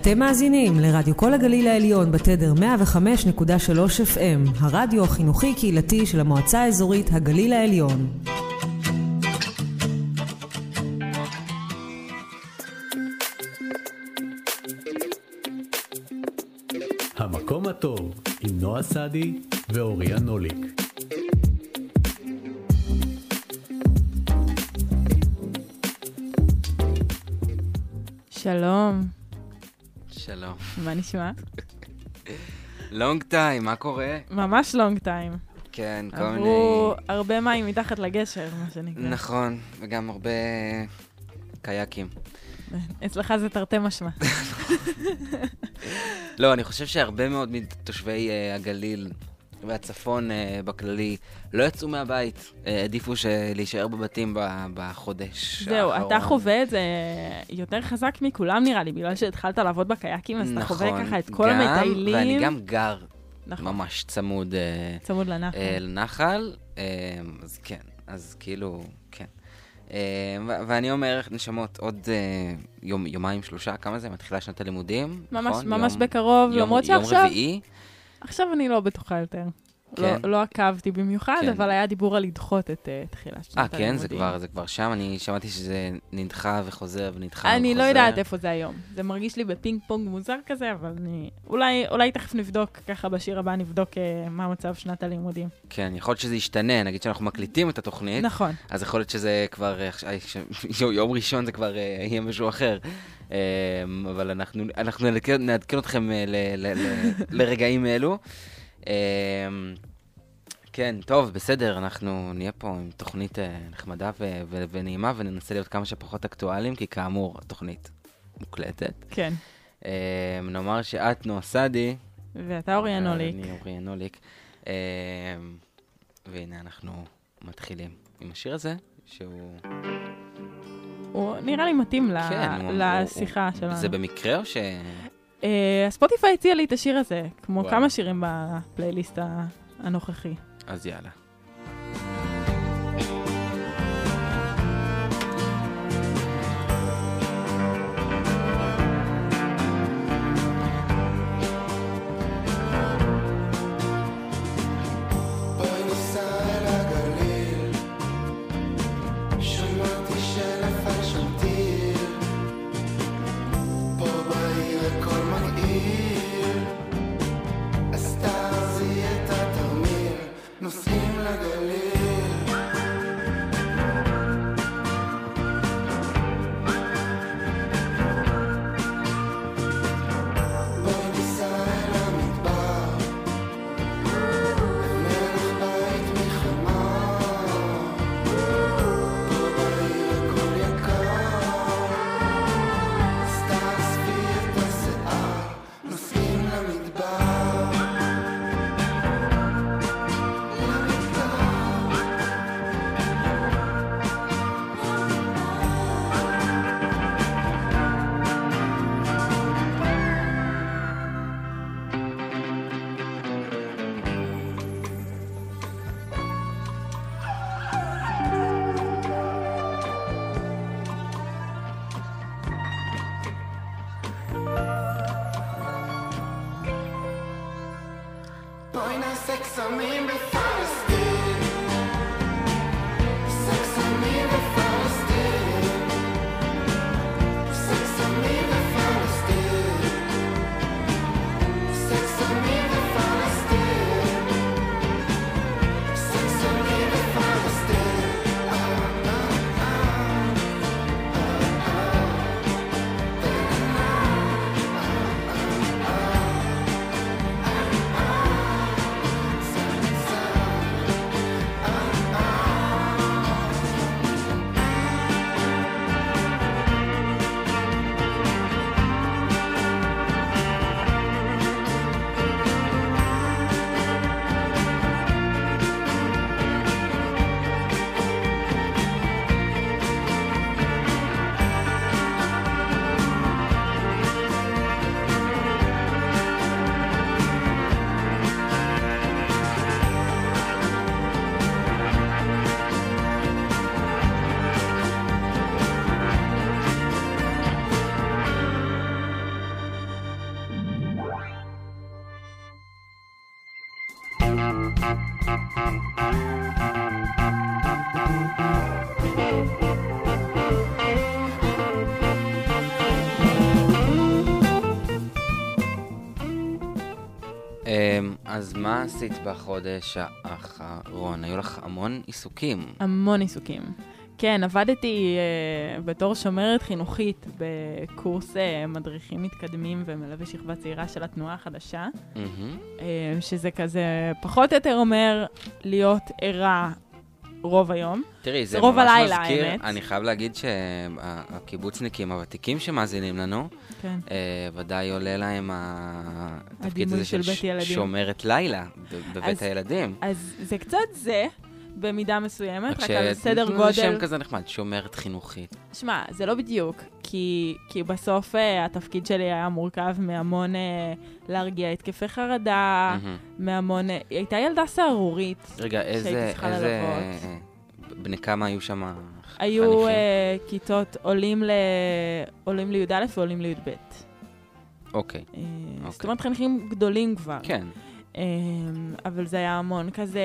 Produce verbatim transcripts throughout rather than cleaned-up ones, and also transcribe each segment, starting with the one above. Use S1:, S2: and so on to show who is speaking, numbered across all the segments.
S1: אתם מאזינים לרדיו כל הגליל העליון בתדר מאה וחמש נקודה שלוש אף אם, הרדיו החינוכי קהילתי של המועצה האזורית הגליל העליון.
S2: המקום הטוב עם נועה סעדי ואוריה נוליק.
S3: שלום.
S4: שלום.
S3: מה נשמע?
S4: לונג טיים, מה קורה?
S3: ממש לונג טיים.
S4: כן, כל מיני...
S3: עברו הרבה מים מתחת לגשר, מה שנקרא.
S4: נכון, וגם הרבה קייקים.
S3: אצלך זה תרתי משמע.
S4: לא, אני חושב שהרבה מאוד מתושבי uh, הגליל והצפון uh, בכללי לא יצאו מהבית, uh, עדיפו להישאר בבתים ב- בחודש
S3: זהו,
S4: האחרון.
S3: אתה חווה את זה יותר חזק מכולם נראה לי, בגלל שהתחלת לעבוד בקייקים, אז אתה חווה ככה את כל
S4: גם,
S3: המטיילים.
S4: ואני גם גר
S3: נכון.
S4: ממש צמוד, uh,
S3: צמוד לנחל.
S4: uh, לנחל, uh, אז כן, אז כאילו, כן. Uh, ו- ואני אומר, נשמות, עוד uh, יום, יומיים, שלושה, כמה זה? מתחילה שנת הלימודים,
S3: ממש,
S4: נכון?
S3: ממש
S4: יום,
S3: בקרוב,
S4: יום,
S3: למרות
S4: יום
S3: שעכשיו...
S4: רביעי.
S3: עכשיו אני לא בטוחה יותר.
S4: כן.
S3: לא, לא עקבתי במיוחד,
S4: כן.
S3: אבל היה דיבור על לדחות את uh, תחילת שנת
S4: אה,
S3: הלימודים.
S4: כן, זה כבר, זה כבר שם. אני שמעתי שזה נדחה וחוזר ונדחה וחוזר.
S3: אני לא יודעת איפה זה היום. זה מרגיש לי בפינג פונג מוזר כזה, אבל אני... אולי, אולי תכף נבדוק, ככה בשיר הבא נבדוק uh, מה מצב שנת הלימודים.
S4: כן, יכול להיות שזה ישתנה. נגיד שאנחנו מקליטים את התוכנית.
S3: נכון.
S4: אז יכול להיות שזה כבר... יום ראשון זה כבר יהיה משהו אחר. אבל אנחנו, אנחנו נעדכן אתכם ל, ל, ל, לרגעים אלו. כן, טוב, בסדר, אנחנו נהיה פה עם תוכנית נחמדה ו- ו- ונעימה, וננסה להיות כמה שפחות אקטואליים, כי כאמור, התוכנית מוקלטת.
S3: כן.
S4: נאמר שאת נועה סעדי.
S3: ואתה אוריה נוליק.
S4: אני אוריה נוליק. והנה אנחנו מתחילים עם השיר הזה, שהוא...
S3: הוא נראה לי מתאים ל-
S4: כן,
S3: לשיחה
S4: הוא,
S3: שלנו.
S4: זה במקרה או ש...
S3: Uh, ספוטיפיי הציע לי את השיר הזה, כמו
S4: וואו.
S3: כמה שירים בפלייליסט הנוכחי.
S4: אז יאללה.
S5: נוסעים
S4: אז מה עשית בחודש האחרון? היו לך המון עיסוקים.
S3: המון עיסוקים. כן, עבדתי uh, בתור שומרת חינוכית בקורס uh, מדריכים מתקדמים ומלווה שכבה צעירה של התנועה החדשה, mm-hmm. uh, שזה כזה פחות או יותר אומר להיות ערה רוב היום.
S4: תראי, זה
S3: רוב
S4: ממש
S3: הלילה,
S4: מזכיר,
S3: האמת.
S4: אני חייב להגיד שהקיבוצניקים הוותיקים שמאזינים לנו,
S3: כן.
S4: uh, ודאי עולה להם התפקיד
S3: הדימוי
S4: הזה
S3: של
S4: של
S3: בית ילדים.
S4: שומרת לילה בבית
S3: אז-
S4: הילדים.
S3: אז זה קצת זה, במידה מסוימת, רק
S4: ש-
S3: על סדר
S4: זה
S3: גודל.
S4: שם כזה נחמד, שומרת חינוכית.
S3: שמע, זה לא בדיוק, כי, כי בסוף uh, התפקיד שלי היה מורכב מהמון uh, להרגיע התקפי חרדה,
S4: מהמם.
S3: מהמון... Uh, היא הייתה ילדה סערורית.
S4: רגע, איזה,
S3: שהייתי צריכה
S4: איזה,
S3: ללוות.
S4: בני כמה היו שם
S3: היו
S4: חניכים?
S3: uh, כיתות עולים, ל... עולים לי"א ועולים לי"ב.
S4: אוקיי,
S3: Uh,
S4: אוקיי.
S3: זאת אומרת, חניכים גדולים כבר.
S4: כן.
S3: Um, אבל זה היה המון כזה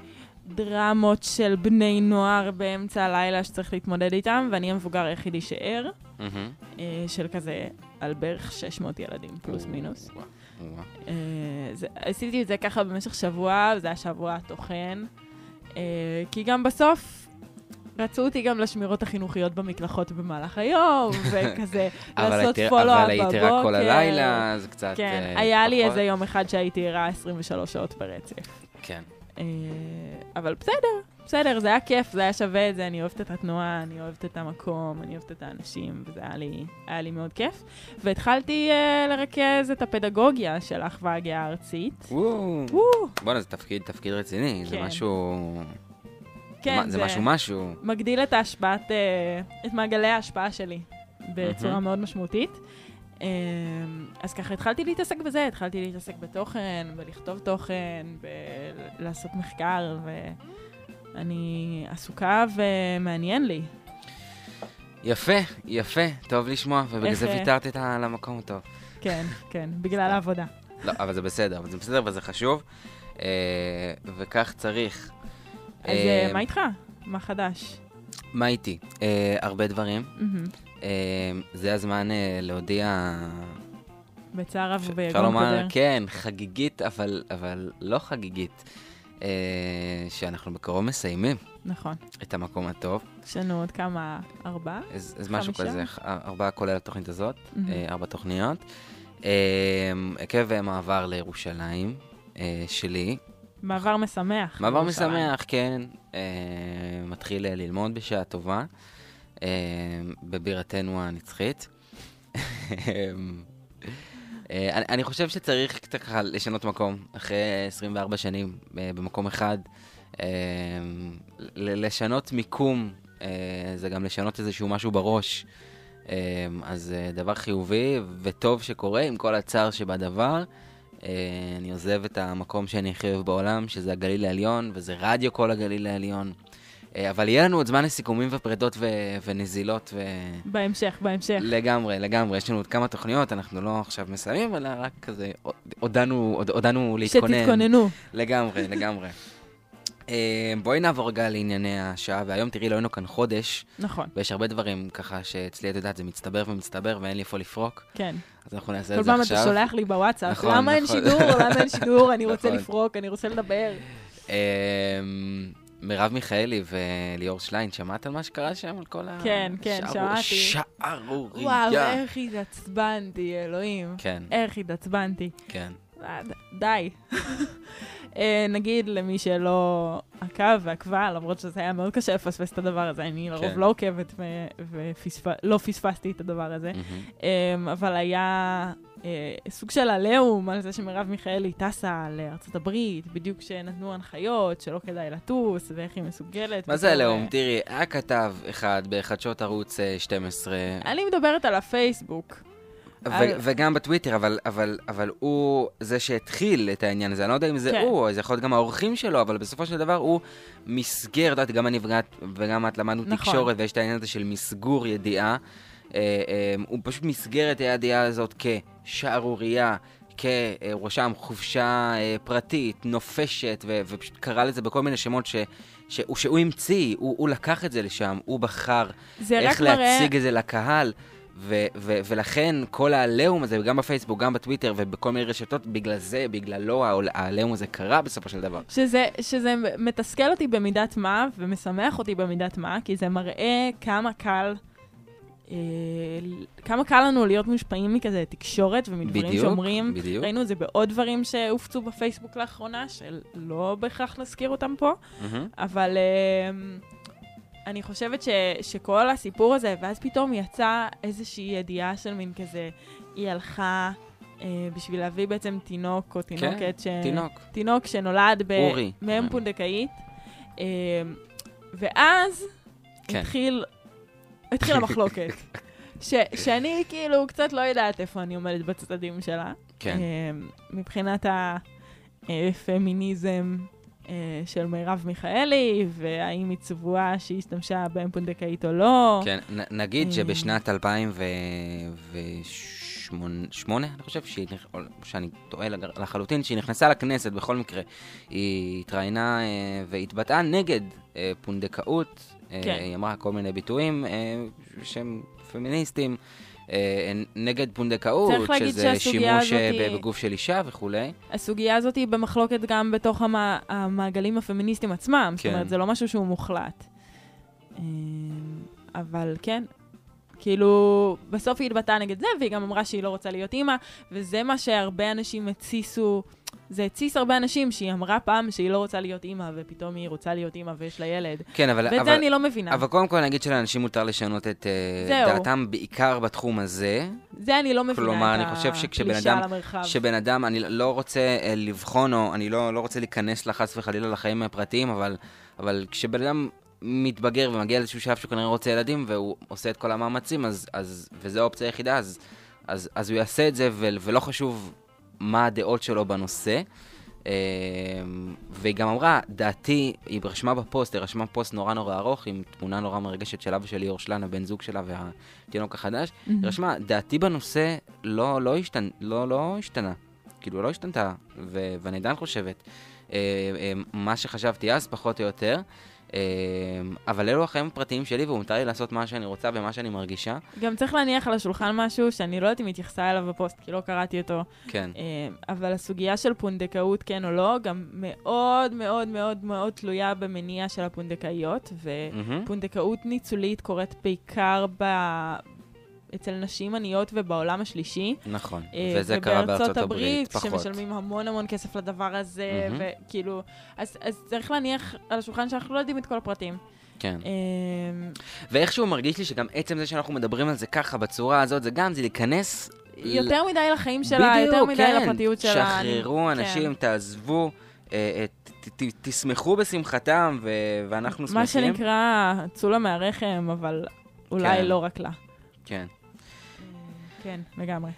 S3: דרמות של בני נוער באמצע הלילה שצריך להתמודד איתם, ואני המבוגר היחידי שער,
S4: מהמם.
S3: uh, של כזה על בערך שש מאות ילדים, פלוס מינוס.
S4: וואו, וואו.
S3: Uh, זה, עשיתי את זה ככה במשך שבוע, וזה היה שבוע תוכן, uh, כי גם בסוף רצו אותי גם לשמירות החינוכיות במקלחות במהלך היום, וכזה
S4: אבל
S3: לעשות
S4: היית-
S3: פולו-אפ
S4: אבל
S3: בבוקר.
S4: היית ערה כל הלילה, זה קצת
S3: כן,
S4: אה,
S3: היה לי
S4: פחות.
S3: איזה יום אחד שהייתי ערה עשרים ושלוש שעות ברצף.
S4: כן.
S3: אה, אבל בסדר, בסדר, זה היה כיף, זה היה שווה את זה, אני אוהבת את התנועה, אני אוהבת את המקום, אני אוהבת את האנשים, וזה היה לי, היה לי מאוד כיף. והתחלתי אה, לרכז את הפדגוגיה של האחווה הגאה הארצית.
S4: וואו.
S3: וואו,
S4: בוא'נה, זה תפקיד, תפקיד רציני, זה
S3: כן.
S4: משהו...
S3: כן,
S4: מה- זה משהו משהו.
S3: מגדיל את ההשפעת, אה, את מעגלי ההשפעה שלי בצורה
S4: מהמם.
S3: מאוד משמעותית. אה, אז ככה התחלתי להתעסק בזה, התחלתי להתעסק בתוכן, בלכתוב תוכן, בלעשות מחקר, ואני עסוקה ומעניין לי.
S4: יפה, יפה, טוב לשמוע, ובגלל
S3: איך,
S4: זה
S3: אה?
S4: ויתרת את ה- למקום טוב.
S3: כן, כן, בגלל העבודה.
S4: לא, אבל זה בסדר, אבל זה בסדר וזה חשוב, אה, וכך צריך.
S3: אז
S4: אה,
S3: אה, מה איתך? מה חדש?
S4: מה איתי? אה, הרבה דברים.
S3: מהמם.
S4: אה, זה הזמן אה, להודיע...
S3: בצער רב
S4: אפשר
S3: וביגון
S4: לומר,
S3: קודר.
S4: כן, חגיגית, אבל, אבל לא חגיגית, אה, שאנחנו בקרוב מסיימים
S3: נכון.
S4: את המקום הטוב.
S3: יש לנו עוד כמה, ארבעה?
S4: אז, אז משהו
S3: חמישה?
S4: כזה, ארבעה כולל התוכנית הזאת,
S3: מהמם.
S4: אה, ארבע תוכניות. אה, עקב מעבר לירושלים אה, שלי,
S3: מעבר משמח.
S4: מעבר
S3: בירושלים.
S4: משמח, כן, אה, מתחיל אה, ללמוד בשעה טובה, אה, בבירתנו הנצחית. אה, אני, אני חושב שצריך קצת ככה לשנות מקום, אחרי עשרים וארבע שנים אה, במקום אחד, אה, ל- לשנות מיקום, אה, זה גם לשנות איזשהו משהו בראש, אה, אז אה, דבר חיובי וטוב שקורה עם כל הצער שבדבר. אה, אני עוזב את המקום שאני הכי אוהב בעולם, שזה הגליל העליון, וזה רדיו כל הגליל העליון. אה, אבל יהיה לנו עוד זמן לסיכומים ופרדות ו- ונזילות ו...
S3: בהמשך, בהמשך.
S4: לגמרי, לגמרי. יש לנו עוד כמה תוכניות, אנחנו לא עכשיו מסיימים, אלא רק כזה, הודענו, הוד- הודענו להתכונן.
S3: שתתכוננו.
S4: לגמרי, לגמרי. אה, בואי נעבור רגע לענייני השעה, והיום תראי, לא היינו כאן חודש,
S3: נכון,
S4: ויש הרבה דברים ככה שאצלי, את יודעת, זה מצטבר ומצטבר, ואין לי איפה לפרוק,
S3: כן.
S4: אז אנחנו נעשה
S3: כל
S4: את זה
S3: פעם
S4: עכשיו.
S3: אתה שולח לי בוואטסאפ,
S4: נכון,
S3: למה אין
S4: נכון.
S3: שידור? למה אין שידור? אני רוצה
S4: נכון.
S3: לפרוק, אני רוצה לדבר.
S4: אה, מרב מיכאלי וליאור שליין, שמעת על מה שקרה שם? על כל ה...
S3: כן, כן,
S4: שערו-
S3: שמעתי.
S4: שערורייה.
S3: וואו, איך התעצבנתי, אלוהים.
S4: כן,
S3: איך התעצבנתי.
S4: כן.
S3: אה, ד- די. אה, נגיד למי שלא עקב ועקבה, למרות שזה היה מאוד קשה לפספס את הדבר הזה, אני לרוב
S4: כן.
S3: לא עוקבת ולא פספסתי את הדבר הזה.
S4: מהמם.
S3: אמ, אבל היה אה, סוג של עליהום על זה שמרב מיכאלי טסה לארצות הברית, בדיוק כשנתנו הנחיות שלא כדאי לטוס, ואיך היא מסוגלת.
S4: מה
S3: בתור,
S4: זה עליהום?
S3: אה,
S4: תראי, היה כתב אחד בחדשות ערוץ אה, שתים עשרה,
S3: אני מדברת על הפייסבוק.
S4: ו-
S3: על-
S4: וגם בטוויטר, אבל, אבל, אבל הוא זה שהתחיל את העניין הזה. אני לא יודע אם זה
S3: כן.
S4: הוא, או זה יכול להיות גם האורחים שלו, אבל בסופו של דבר הוא מסגר, יודעת, גם אני וגם, וגם את למדנו
S3: נכון.
S4: תקשורת, ויש את העניין הזה של מסגור ידיעה. אה, אה, הוא פשוט מסגר את הידיעה הזאת כשערורייה, כרושם חופשה אה, פרטית, נופשת, ו- ופשוט קרא לזה בכל מיני שמות ש- שהוא, שהוא המציא, הוא, הוא לקח את זה לשם, הוא בחר
S3: זה רק
S4: איך
S3: מראה,
S4: להציג את זה לקהל. ו- ו- ולכן כל העליהום הזה, גם בפייסבוק, גם בטוויטר ובכל מיני רשתות, בגלל זה, בגללו העליהום הזה קרה בסופו של דבר.
S3: שזה, שזה מתסכל אותי במידת מה, ומשמח אותי במידת מה, כי זה מראה כמה קל, אה, כמה קל לנו להיות מושפעים מכזה תקשורת ומדברים
S4: בדיוק,
S3: שאומרים.
S4: בדיוק.
S3: ראינו את זה בעוד דברים שהופצו בפייסבוק לאחרונה, שלא בהכרח נזכיר אותם פה,
S4: Mm-hmm.
S3: אבל אה, אני חושבת ש, שכל הסיפור הזה, ואז פתאום יצא איזושהי ידיעה של מין כזה, היא הלכה אה, בשביל להביא בעצם תינוק או תינוקת,
S4: כן,
S3: ש...
S4: תינוק.
S3: תינוק שנולד
S4: אורי.
S3: במם פונדקאית, אה, ואז
S4: כן.
S3: התחיל, התחילה מחלוקת, ש, שאני כאילו קצת לא יודעת איפה אני עומדת בצדדים שלה,
S4: כן.
S3: אה, מבחינת הפמיניזם, של מירב מיכאלי, והאם היא צבועה שהיא השתמשה בהם פונדקאית או לא.
S4: כן, נ- נגיד שבשנת אלפיים ושמונה, אני חושב שהיא, שאני טועה לחלוטין, שהיא נכנסה לכנסת בכל מקרה. היא התראיינה והתבטאה נגד פונדקאות.
S3: כן.
S4: היא אמרה כל מיני ביטויים שהם פמיניסטים. נגד פונדקאות, שזה שימוש
S3: הזאת...
S4: בגוף של אישה וכולי.
S3: הסוגיה הזאת היא במחלוקת גם בתוך המע... המעגלים הפמיניסטיים עצמם, כן. זאת אומרת, זה לא משהו שהוא מוחלט. אבל כן, כאילו, בסוף היא התבטאה נגד זה, והיא גם אמרה שהיא לא רוצה להיות אימא, וזה מה שהרבה אנשים הציסו, זה הציס הרבה אנשים שהיא אמרה פעם שהיא לא רוצה להיות אימא, ופתאום היא רוצה להיות אימא ויש לה ילד.
S4: כן, אבל...
S3: ואת זה
S4: אבל,
S3: אני לא מבינה.
S4: אבל קודם כל נגיד שלאנשים מותר לשנות את uh, דעתם, בעיקר בתחום הזה.
S3: זה אני לא מבינה.
S4: כלומר, אני חושב שכשבן אדם, שבן אדם, אני לא רוצה uh, לבחון, או אני לא, לא רוצה להיכנס לחס וחלילה לחיים הפרטיים, אבל, אבל כשבן אדם מתבגר ומגיע לאיזשהו שלב שהוא כנראה רוצה ילדים, והוא עושה את כל המאמצים, אז, אז, וזו האופציה היחידה, אז, אז, אז הוא יעשה את זה, ו, ולא חשוב מה הדעות שלו בנושא. והיא גם אמרה, דעתי, היא רשמה בפוסט, היא רשמה פוסט נורא נורא ארוך, עם תמונה נורא מרגשת שלה ושל ליאור שלן, הבן זוג שלה והתינוק החדש. היא רשמה, דעתי בנושא לא, לא, השתנ, לא, לא השתנה, כאילו לא השתנתה, ו, ואני עדיין חושבת. מה שחשבתי אז, פחות או יותר, אבל אלו החיים הפרטיים שלי, ומותר לי לעשות מה שאני רוצה ומה שאני מרגישה.
S3: גם צריך להניח על השולחן משהו שאני לא יודעת אם התייחסה אליו בפוסט, כי לא קראתי אותו.
S4: כן.
S3: אבל הסוגיה של פונדקאות, כן או לא, גם מאוד מאוד מאוד מאוד תלויה במניע של הפונדקאיות, ופונדקאות ניצולית קורית בעיקר ב... אצל נשים עניות ובעולם השלישי.
S4: נכון, וזה קרה בארצות הברית, פחות.
S3: שמשלמים המון המון כסף לדבר הזה, וכאילו, אז צריך להניח על השולחן שאנחנו לא יודעים את כל הפרטים.
S4: כן. ואיכשהו מרגיש לי שגם עצם זה שאנחנו מדברים על זה ככה, בצורה הזאת, זה גם, זה להיכנס...
S3: יותר מדי לחיים שלה, יותר מדי לפרטיות שלה.
S4: שחררו אנשים, תעזבו, תשמחו בשמחתם, ואנחנו שמחים.
S3: מה שנקרא, צולה מהרחם, אבל אולי לא רק לה.
S4: כן.
S3: כן, לגמרי.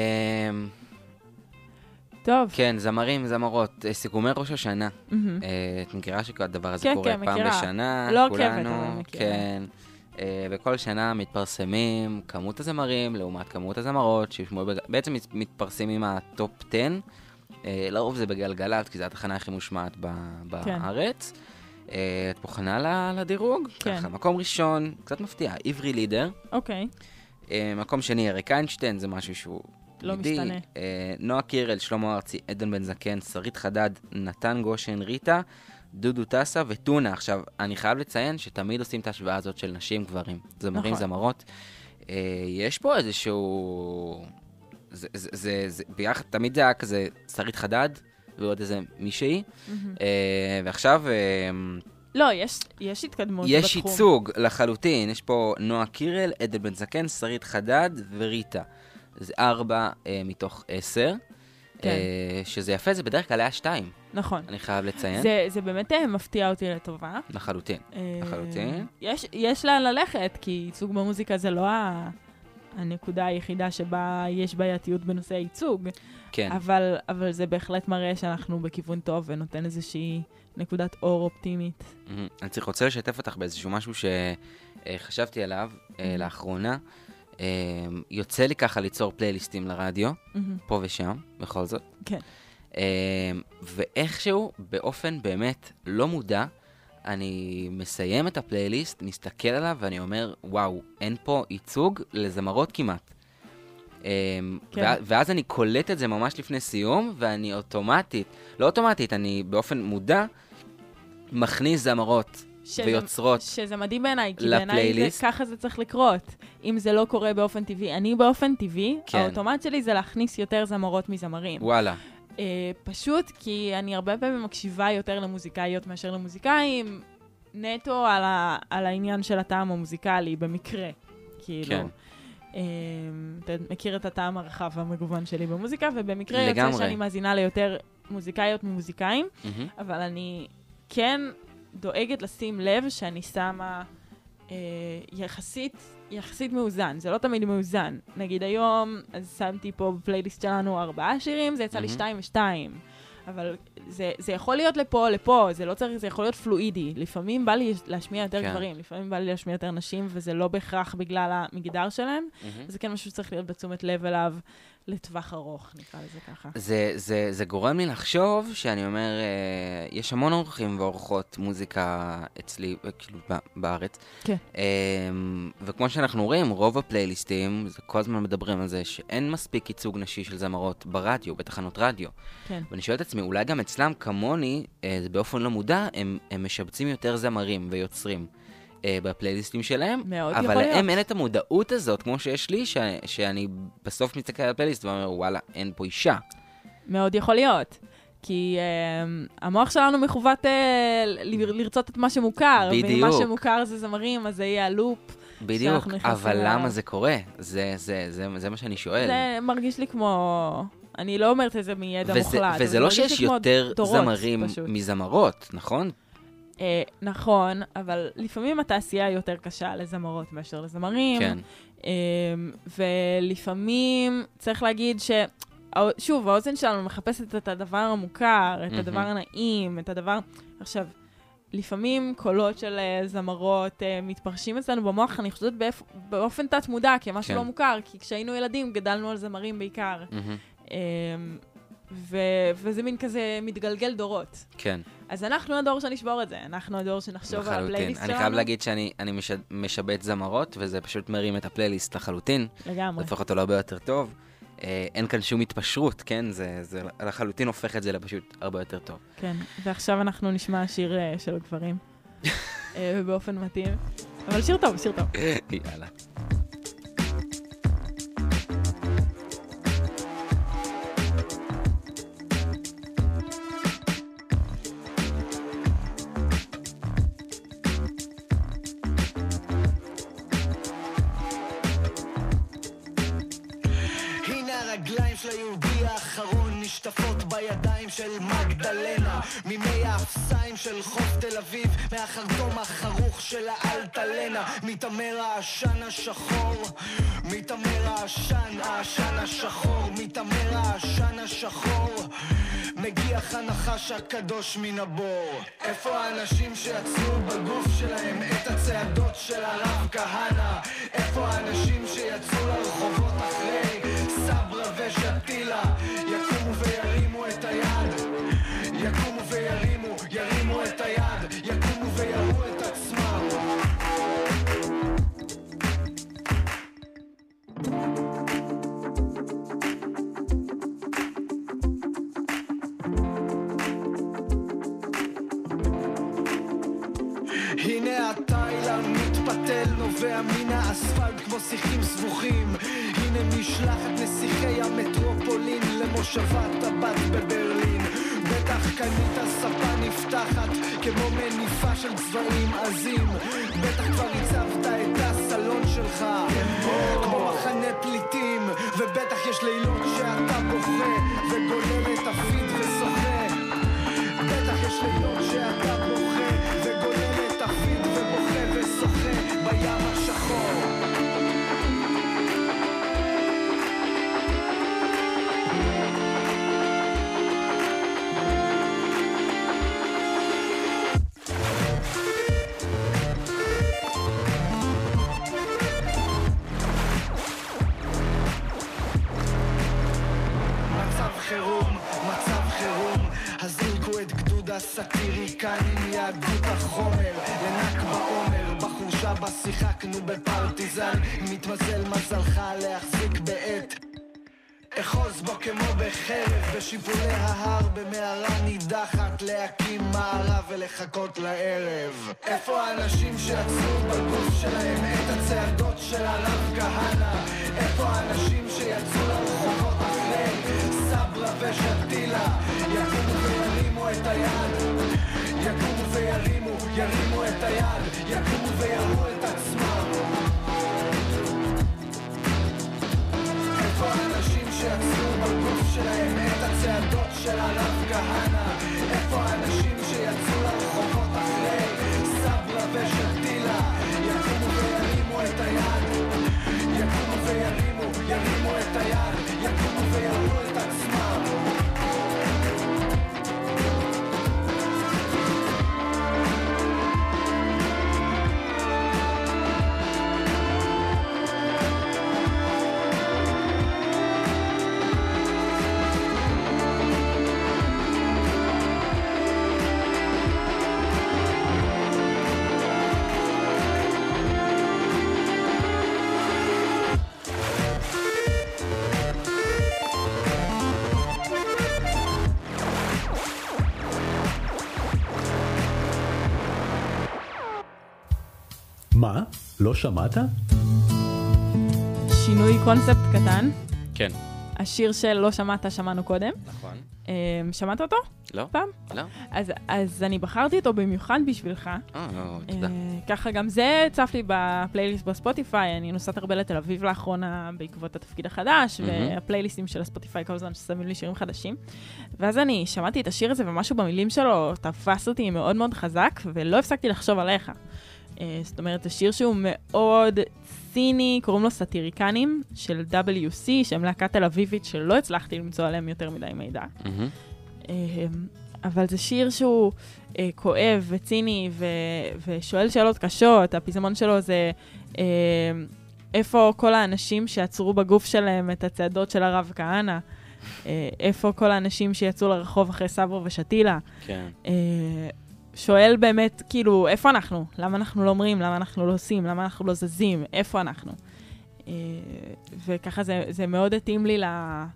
S3: טוב.
S4: כן, זמרים, זמרות, סיכומי ראש השנה. את מכירה שהדבר הזה קורה פעם בשנה?
S3: לא עוקבת, אבל מכירה.
S4: כן. בכל שנה מתפרסמים כמות הזמרים לעומת כמות הזמרות, בעצם מתפרסמים הטופ עשר. לרוב זה בגלגלת, כי זו התחנה הכי מושמעת בארץ. את מוכנה לדירוג?
S3: כן.
S4: מקום ראשון, קצת מפתיע, עברי לידר.
S3: אוקיי.
S4: מקום שני, אריק איינשטיין, זה משהו שהוא...
S3: לא משתנה.
S4: נועה קירל, שלמה ארצי, עדן בן זקן, שרית חדד, נתן גושן, ריטה, דודו טסה וטונה. עכשיו, אני חייב לציין שתמיד עושים את ההשוואה הזאת של נשים גברים, זמרים, זמרות. יש פה איזשהו... זה ביחד, תמיד זה היה כזה שרית חדד, ועוד איזה מישהי. ועכשיו...
S3: לא, יש, יש התקדמות
S4: יש
S3: בתחום.
S4: יש ייצוג לחלוטין, יש פה נועה קירל, עדן בן זקן, שרית חדד וריטה. זה ארבע אה, מתוך עשר, כן. אה, שזה יפה, זה בדרך כלל היה שתיים.
S3: נכון.
S4: אני חייב לציין.
S3: זה, זה באמת אה, מפתיע אותי לטובה.
S4: לחלוטין, אה, לחלוטין.
S3: יש, יש לה ללכת, כי ייצוג במוזיקה זה לא ה... הנקודה היחידה שבה יש בעייתיות בנושא הייצוג. כן. אבל, אבל זה בהחלט מראה שאנחנו בכיוון טוב ונותן איזושהי נקודת אור אופטימית.
S4: Mm-hmm. אני צריך רוצה לשתף אותך באיזשהו משהו שחשבתי עליו mm-hmm. לאחרונה. יוצא לי ככה ליצור פלייליסטים לרדיו, mm-hmm. פה ושם, בכל זאת.
S3: כן.
S4: ואיכשהו, באופן באמת לא מודע, אני מסיים את הפלייליסט, מסתכל עליו ואני אומר, וואו, אין פה ייצוג לזמרות כמעט. כן. ואז אני קולט את זה ממש לפני סיום, ואני אוטומטית, לא אוטומטית, אני באופן מודע, מכניס זמרות שזה, ויוצרות
S3: שזה מדהים בעיניי, כי בעיניי ככה זה צריך לקרות. אם זה לא קורה באופן טבעי, אני באופן טבעי, כן. האוטומט שלי זה להכניס יותר זמרות מזמרים.
S4: וואלה.
S3: Uh, פשוט כי אני הרבה פעמים מקשיבה יותר למוזיקאיות מאשר למוזיקאים, נטו על, ה, על העניין של הטעם המוזיקלי, במקרה. כאילו. כן. אתה מכיר את הטעם הרחב והמגוון שלי במוזיקה, ובמקרה יוצא שאני מאזינה ליותר מוזיקאיות ממוזיקאים, אבל אני כן דואגת לשים לב שאני שמה יחסית, יחסית מאוזן. זה לא תמיד מאוזן. נגיד היום, אז שמתי פה בפלייליסט שלנו ארבעה שירים, זה יצא לי שתיים ושתיים. אבל זה, זה יכול להיות לפה, לפה, זה לא צריך, זה יכול להיות פלואידי. לפעמים בא לי להשמיע יותר כן. גברים, לפעמים בא לי להשמיע יותר נשים, וזה לא בהכרח בגלל המגדר שלהם. Mm-hmm. זה כן משהו שצריך להיות בתשומת לב אליו לטווח ארוך, נקרא לזה ככה.
S4: זה, זה, זה גורם לי לחשוב שאני אומר, אה, יש המון אורחים ואורחות מוזיקה אצלי, כאילו, בארץ. כן. אה, וכמו שאנחנו רואים, רוב הפלייליסטים, זה כל הזמן מדברים על זה, שאין מספיק ייצוג נשי של זמרות ברדיו, בתחנות רדיו. כן. ואני שואל את עצמי, אולי גם אצלם כמוני, אה, זה באופן לא מודע, הם, הם משבצים יותר זמרים ויוצרים. בפלייליסטים שלהם, אבל להם אין את המודעות הזאת, כמו שיש לי, ש... שאני בסוף מסתכל על הפלייליסט ואומר, וואלה, אין פה אישה. מאוד
S3: יכול להיות. כי uh, המוח שלנו מכוות uh, ל- לרצות את מה שמוכר. בדיוק. ואם מה שמוכר זה זמרים, אז זה יהיה הלופ.
S4: בדיוק, אבל לה... למה זה קורה? זה, זה, זה, זה מה שאני שואל.
S3: זה מרגיש לי כמו... אני לא אומרת את זה מידע וזה, מוחלט.
S4: וזה לא שיש יותר זמרים פשוט. מזמרות, נכון?
S3: Uh, נכון, אבל לפעמים התעשייה היא יותר קשה לזמרות מאשר לזמרים. כן. Uh, ולפעמים צריך להגיד ש... שוב, האוזן שלנו מחפשת את הדבר המוכר, את mm-hmm. הדבר הנעים, את הדבר... עכשיו, לפעמים קולות של uh, זמרות uh, מתפרשים אצלנו במוח, אני חושבת באפ... באופן תת מודע, כי משהו כן. לא מוכר, כי כשהיינו ילדים גדלנו על זמרים בעיקר. Mm-hmm. Uh, ו- וזה מין כזה מתגלגל דורות.
S4: כן.
S3: אז אנחנו הדור שנשבור את זה, אנחנו הדור שנחשוב על הפלייליסט שלנו.
S4: אני חייב להגיד שאני אני מש... משבט זמרות, וזה פשוט מרים את הפלייליסט לחלוטין. לגמרי. זה הופך אותו להרבה יותר טוב. אה, אין כאן שום התפשרות, כן? זה, זה לחלוטין הופך את זה לפשוט הרבה יותר טוב.
S3: כן, ועכשיו אנחנו נשמע שיר uh, של גברים, אה, באופן מתאים. אבל שיר טוב, שיר טוב.
S4: יאללה.
S5: של מגדלנה, ממי האפסיים של חוף תל אביב, מהחרדום החרוך של האלטלנה, מתאמר העשן השחור, מתאמר העשן, העשן השחור, מתאמר העשן השחור, מגיח הנחש הקדוש מן הבור. איפה האנשים שיצאו בגוף שלהם את הצעדות של הרב כהנא? איפה האנשים שיצאו לרחובות אחרי סברה ושתילה? יקומו וירימו את היד, יקומו וירימו, ירימו את היד, יקומו ויראו את עצמם. הנה התאילנד מתפתל, נובע מן האספלט כמו שיחים סבוכים. הנה משלחת נסיכי המטרופולין למושבת הבת בברלין. בטח קנית ספה נפתחת כמו מניפה של צבעים עזים. בטח כבר הצבת את הסלון שלך כמו מחנה פליטים. ובטח יש לילות שאתה בוכה וגולל את הפיד ושוחה. בטח יש לילות שאתה בוכה וגולל את הפיד ובוכה ושוחה בים השחור. הסטיריקנים, יהדות החומר, לנק בעומר, בחור שבה שיחקנו בפרטיזן, מתמזל מזלך להחזיק בעת אחוז בו כמו בחרב, בשיפולי ההר, במערה נידחת, להקים מערה ולחכות לערב. איפה האנשים שיצאו בגוף שלהם את הצעדות של הרב כהנא? איפה האנשים שיצאו לרחובות אחרי סברה ושתילה? יקומו וירימו את היד, יקומו וירימו, ירימו את היד, יקומו ויראו את עצמם. איפה האנשים שיצאו בגוף שלהם את הצעדות של הרב כהנא? איפה האנשים שיצאו לרחובות אחרי סברה ושתילה? יקומו וירימו את היד, יקומו וירימו, ירימו את היד, יקומו ויראו את עצמם.
S2: מה? לא שמעת?
S3: שינוי קונספט קטן.
S4: כן.
S3: השיר של לא שמעת, שמענו קודם.
S4: נכון.
S3: שמעת אותו?
S4: לא.
S3: פעם?
S4: לא.
S3: אז, אז אני בחרתי אותו במיוחד בשבילך.
S4: אה, תודה.
S3: ככה גם זה צף לי בפלייליסט בספוטיפיי. אני נוסעת הרבה לתל אביב לאחרונה בעקבות התפקיד החדש, והפלייליסטים של הספוטיפיי כל הזמן ששמים לי שירים חדשים. ואז אני שמעתי את השיר הזה, ומשהו במילים שלו תפס אותי מאוד מאוד חזק, ולא הפסקתי לחשוב עליך. זאת אומרת, השיר שהוא מאוד ציני, קוראים לו סטיריקנים, של דאבליו סי, שהם להקת תל אביבית, שלא הצלחתי למצוא עליהם יותר מדי מידע. אבל זה שיר שהוא כואב וציני, ושואל שאלות קשות. הפזמון שלו זה איפה כל האנשים שעצרו בגוף שלהם את הצעדות של הרב כהנא, איפה כל האנשים שיצאו לרחוב אחרי סברה ושתילה. כן. שואל באמת, כאילו, איפה אנחנו? למה אנחנו לא אומרים? למה אנחנו לא עושים? למה אנחנו לא זזים? איפה אנחנו? וככה זה, זה מאוד התאים לי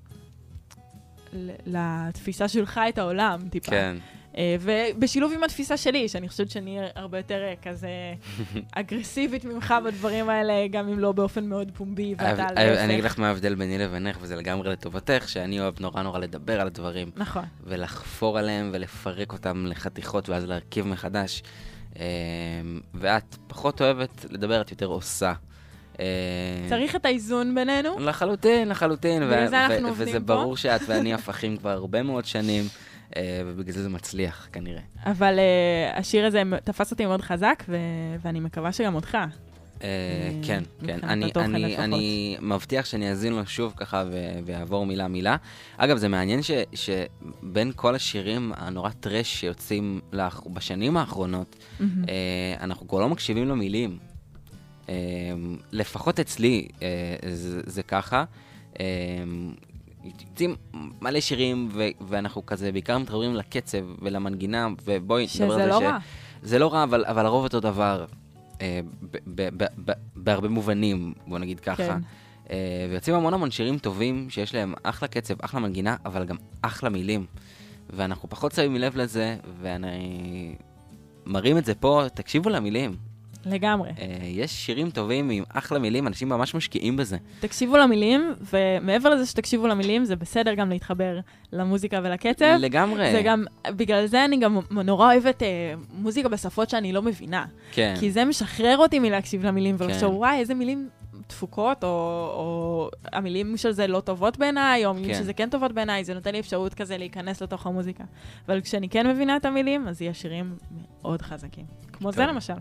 S3: לתפיסה שלך את העולם, טיפה. כן. ובשילוב עם התפיסה שלי, שאני חושבת שאני הרבה יותר כזה אגרסיבית ממך בדברים האלה, גם אם לא באופן מאוד פומבי, ואתה על דפק.
S4: אני אגיד לך מה ההבדל ביני לבינך, וזה לגמרי לטובתך, שאני אוהב נורא נורא לדבר על הדברים. נכון. ולחפור עליהם ולפרק אותם לחתיכות, ואז להרכיב מחדש. ואת פחות אוהבת לדבר, את יותר עושה.
S3: צריך את האיזון בינינו?
S4: לחלוטין, לחלוטין. וזה ברור שאת ואני הפכים כבר הרבה מאוד שנים. ובגלל זה זה מצליח, כנראה.
S3: אבל uh, השיר הזה תפס אותי מאוד חזק, ו- ואני מקווה שגם אותך.
S4: Uh, כן, כן. אני, אני, אני מבטיח שאני אזין לו שוב ככה ו- ויעבור מילה מילה. אגב, זה מעניין ש- שבין כל השירים הנורא טרש שיוצאים לאח- בשנים האחרונות, mm-hmm. uh, אנחנו כבר לא מקשיבים למילים. Uh, לפחות אצלי uh, זה, זה ככה. Uh, יוצאים מלא שירים, ו- ואנחנו כזה בעיקר מתחברים לקצב ולמנגינה, ובואי נדבר על זה. שזה לא רע. זה לא רע, אבל, אבל הרוב אותו דבר, אה, ב- ב- ב- ב- בהרבה מובנים, בוא נגיד ככה. כן. אה, ויוצאים המון המון שירים טובים, שיש להם אחלה קצב, אחלה מנגינה, אבל גם אחלה מילים. ואנחנו פחות שמים לב לזה, ואני מרים את זה פה, תקשיבו למילים.
S3: לגמרי.
S4: יש שירים טובים עם אחלה מילים, אנשים ממש משקיעים בזה.
S3: תקשיבו למילים, ומעבר לזה שתקשיבו למילים, זה בסדר גם להתחבר למוזיקה ולקצב.
S4: לגמרי.
S3: זה גם, בגלל זה אני גם נורא אוהבת אה, מוזיקה בשפות שאני לא מבינה. כן. כי זה משחרר אותי מלהקשיב למילים, ולחשוב, וואי, איזה מילים דפוקות, או, או המילים של זה לא טובות בעיניי, או מילים כן. שזה כן טובות בעיניי, זה נותן לי אפשרות כזה להיכנס לתוך המוזיקה. אבל כשאני כן מבינה את המילים, אז יהיה שירים מאוד חזקים. כמו טוב. זה למשל.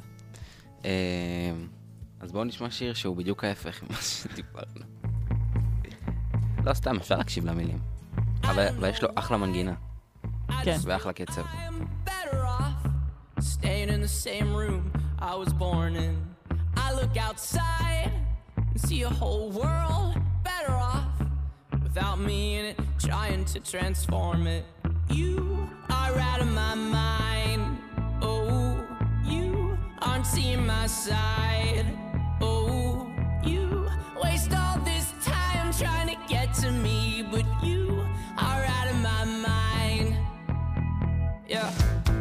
S4: אז בואו נשמע שיר שהוא בדיוק ההפך ממה שדיברנו. לא סתם, אפשר להקשיב למילים. אבל יש לו אחלה מנגינה. כן. ואחלה קצב. Staying in the same room I was born in. I look outside and see a whole world better off without me in it, trying to transform it. You are
S6: are out of my mind. Oh, you aren't seeing my side. Oh, you waste all this time trying to get to me, but you are out of my mind. Yeah.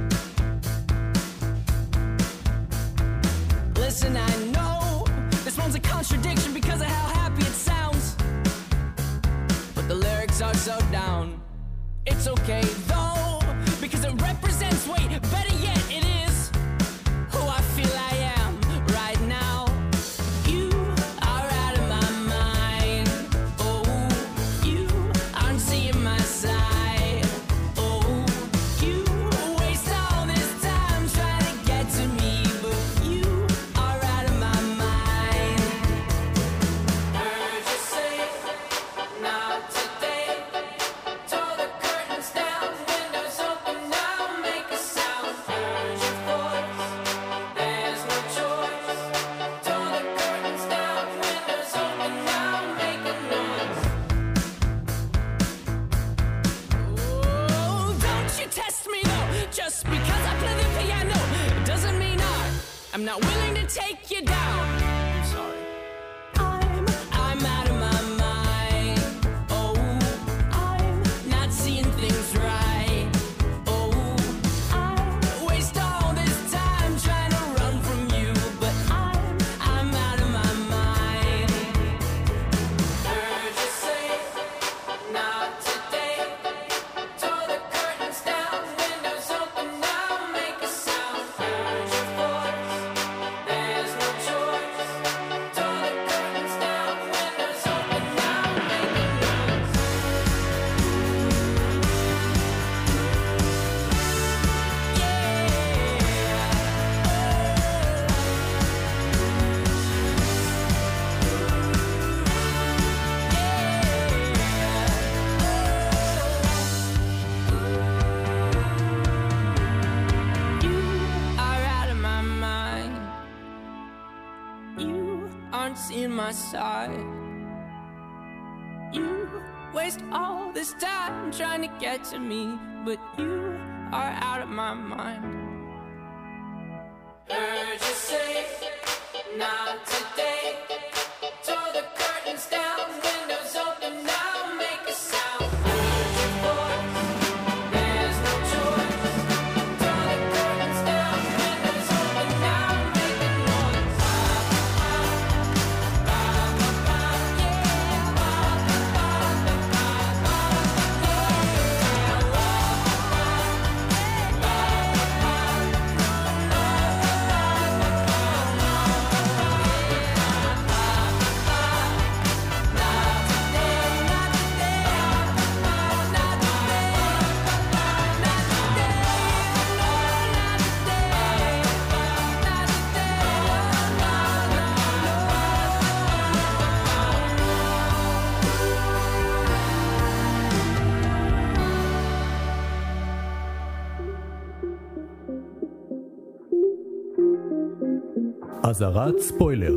S6: Listen, I know this one's a contradiction because of how happy it sounds, but the lyrics are so down. It's okay though, because it represents, wait, better yet, it is who I feel I am right now. You are out of my mind. Oh, you aren't seeing my side. Oh, you waste all this time trying to get to me, but you are out of my mind. Heard you say, not today. Tore the curtains down, windows open now, make a sound. Heard your voice, there's no choice. Tore the curtains down, windows open now, make a noise. Oh, don't you test me though, just because I play the piano, it doesn't mean I, I'm not willing to take you down. I'm sorry. I'm, I'm out of my mind. Oh, I'm not seeing things right. Oh, I waste all this time trying to run from you, but I'm, I'm out of my mind. Heard you say, not today. Tore the curtains down, windows open now, make a sound. Heard your voice, there's no choice. Tore the curtains down, windows open now, make a noise. You are out of my mind. You aren't seeing my side. You waste all this time trying to get to me, but you are out of my mind. Heard you say, not today. Tore the curtains down, windows open now, make a sound. Heard your voice, there's no choice. Tore the curtains down, windows open now, make a noise. Ba, ba, ba, ba, yeah. Ba, ba, ba, ba, ba,
S2: אזהרת ספוילר.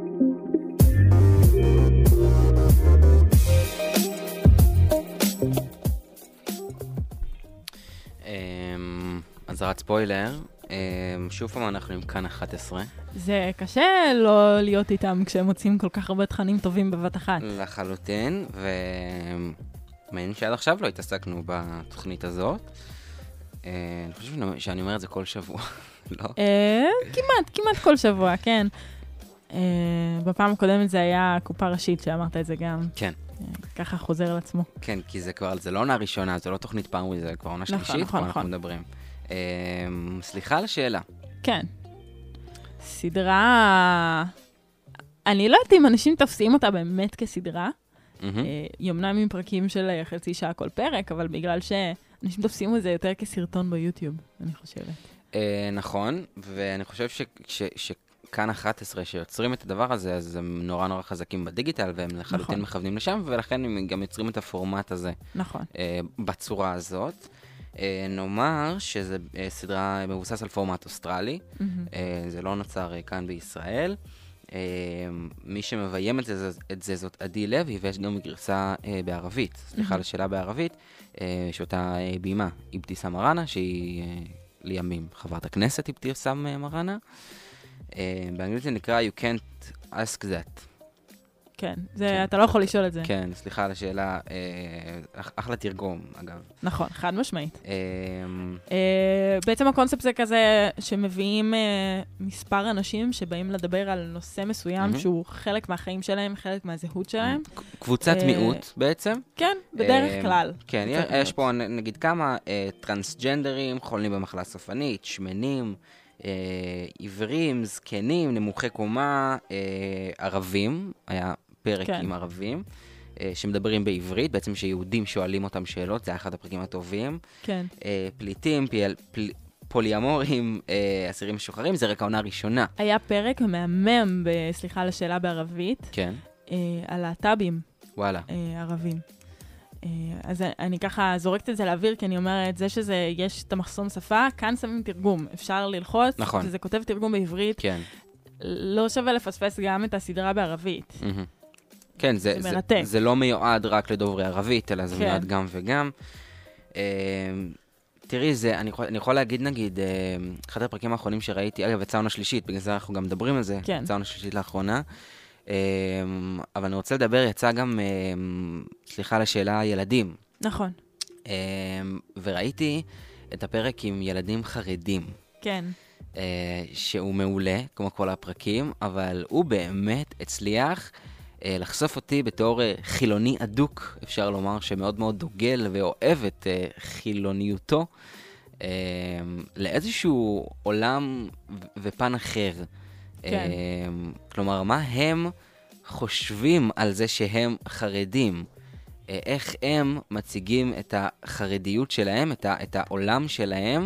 S4: אזהרת ספוילר, שוב פעם אנחנו עם כאן אחת עשרה.
S3: זה קשה לא להיות איתם כשהם מוצאים כל כך הרבה תכנים טובים בבת אחת.
S4: לחלוטין, ומעניין שעד עכשיו לא התעסקנו בתוכנית הזאת. אני חושב שאני אומר את זה כל שבוע, לא?
S3: כמעט, כמעט כל שבוע, כן. בפעם הקודמת זה היה קופה ראשית שאמרת את זה גם.
S4: כן.
S3: ככה חוזר על עצמו.
S4: כן, כי זה כבר, זה לא עונה ראשונה, זה לא תוכנית פעם, זה כבר עונה שלישית, כבר אנחנו מדברים. סליחה על השאלה. כן.
S3: סדרה... אני לא יודעת אם אנשים תופסים אותה באמת כסדרה. יומנם עם פרקים של חצי שעה כל פרק, אבל בגלל שאנשים תופסים את זה יותר כסרטון ביוטיוב, אני חושבת.
S4: נכון, ואני חושב שכאן אחת עשרה שיוצרים את הדבר הזה, אז הם נורא נורא חזקים בדיגיטל, והם לחלוטין מכוונים לשם, ולכן הם גם יוצרים את הפורמט הזה.
S3: נכון.
S4: בצורה הזאת. נאמר שזה סדרה מבוסס על פורמט אוסטרלי, זה לא נוצר כאן בישראל. מי שמביים את זה, את זה זאת עדי לוי, ויש גם גרסה בערבית, סליחה לשאלה בערבית, שאותה בימה אבתיסאם מראענה, שהיא לימים חברת הכנסת אבתיסאם מראענה. באנגלית זה נקרא You Can't Ask That.
S3: כן, זה, אתה לא יכול לשאול את זה.
S4: כן, סליחה על השאלה, אחלה תרגום, אגב.
S3: נכון, חד משמעית. בעצם הקונספט זה כזה שמביאים מספר אנשים שבאים לדבר על נושא מסוים שהוא חלק מהחיים שלהם, חלק מהזהות שלהם.
S4: קבוצת מיעוט בעצם.
S3: כן, בדרך כלל.
S4: כן, יש פה נגיד כמה טרנסג'נדרים, חולים במחלה סופנית, שמנים, עיוורים, זקנים, נמוכי קומה, ערבים, היה פרק עם ערבים, שמדברים בעברית, בעצם שיהודים שואלים אותם שאלות, זה היה אחד הפרקים הטובים.
S3: כן.
S4: פליטים, פוליאמורים, אסירים משוחררים, זה רק העונה הראשונה.
S3: היה פרק מהמם, סליחה על השאלה בערבית,
S4: כן.
S3: על להט"בים.
S4: וואלה.
S3: ערבים. אז אני ככה זורקת את זה לאוויר, כי אני אומרת, זה שזה, יש את המחסום שפה, כאן שמים תרגום. אפשר ללחוץ,
S4: נכון.
S3: וזה כותב תרגום בעברית.
S4: כן.
S3: לא שווה לפספס גם את הסדרה בערבית.
S4: כן, זה,
S3: זה
S4: זה,
S3: מרתק.
S4: זה לא מיועד רק לדוברי ערבית, אלא זה
S3: כן.
S4: מיועד גם וגם. תראי, זה, אני, יכול, אני יכול להגיד, נגיד, אחד הפרקים האחרונים שראיתי, אגב, יצא עונה שלישית, בגלל זה אנחנו גם מדברים על זה,
S3: כן.
S4: יצא עונה שלישית לאחרונה. אבל אני רוצה לדבר, יצא גם, סליחה על השאלה, ילדים.
S3: נכון.
S4: וראיתי את הפרק עם ילדים חרדים.
S3: כן.
S4: שהוא מעולה, כמו כל הפרקים, אבל הוא באמת הצליח לחשוף אותי בתור חילוני אדוק, אפשר לומר, שמאוד מאוד דוגל ואוהב את חילוניותו, לאיזשהו עולם ופן אחר.
S3: כן.
S4: כלומר, מה הם חושבים על זה שהם חרדים? איך הם מציגים את החרדיות שלהם, את, ה- את העולם שלהם?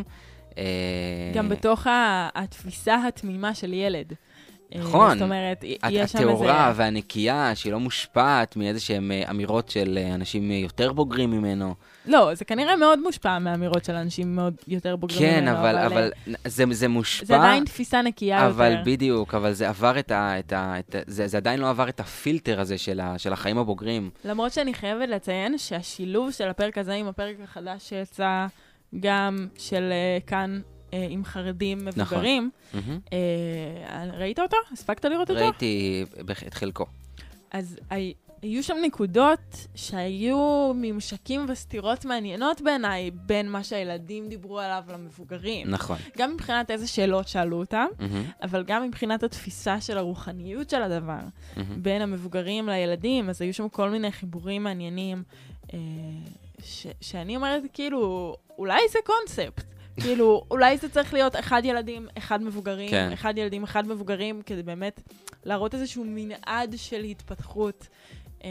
S3: גם בתוך התפיסה התמימה של ילד.
S4: נכון.
S3: זאת אומרת, יש שם איזה...
S4: התיאורה והנקייה שהיא לא מושפעת מאיזה שהן אמירות של אנשים יותר בוגרים ממנו.
S3: לא, זה כנראה מאוד מושפע מאמירות של אנשים מאוד יותר בוגרים ממנו.
S4: כן, אבל, אבל זה, זה מושפע.
S3: זה עדיין תפיסה נקייה יותר.
S4: אבל בדיוק, אבל זה עבר את ה... את ה, את ה זה, זה עדיין לא עבר את הפילטר הזה של, ה, של החיים הבוגרים. למרות
S3: שאני חייבת לציין שהשילוב של הפרק הזה עם הפרק החדש שיצא גם של uh, כאן uh, עם חרדים מבוגרים. נכון. Uh, ראית אותו? הספקת לראות אותו?
S4: ראיתי את חלקו.
S3: אז היו שם נקודות שהיו ממשקים וסתירות מעניינות בעיניי, בין מה שהילדים דיברו עליו למבוגרים.
S4: נכון.
S3: גם מבחינת איזה שאלות שאלו אותם, mm-hmm. אבל גם מבחינת התפיסה של הרוחניות של הדבר, mm-hmm. בין המבוגרים לילדים, אז היו שם כל מיני חיבורים מעניינים, אה, ש- שאני אומרת, כאילו, אולי זה קונספט. כאילו, אולי זה צריך להיות אחד ילדים, אחד מבוגרים, כן. אחד ילדים, אחד מבוגרים, כדי באמת להראות איזשהו מנעד של התפתחות. אה,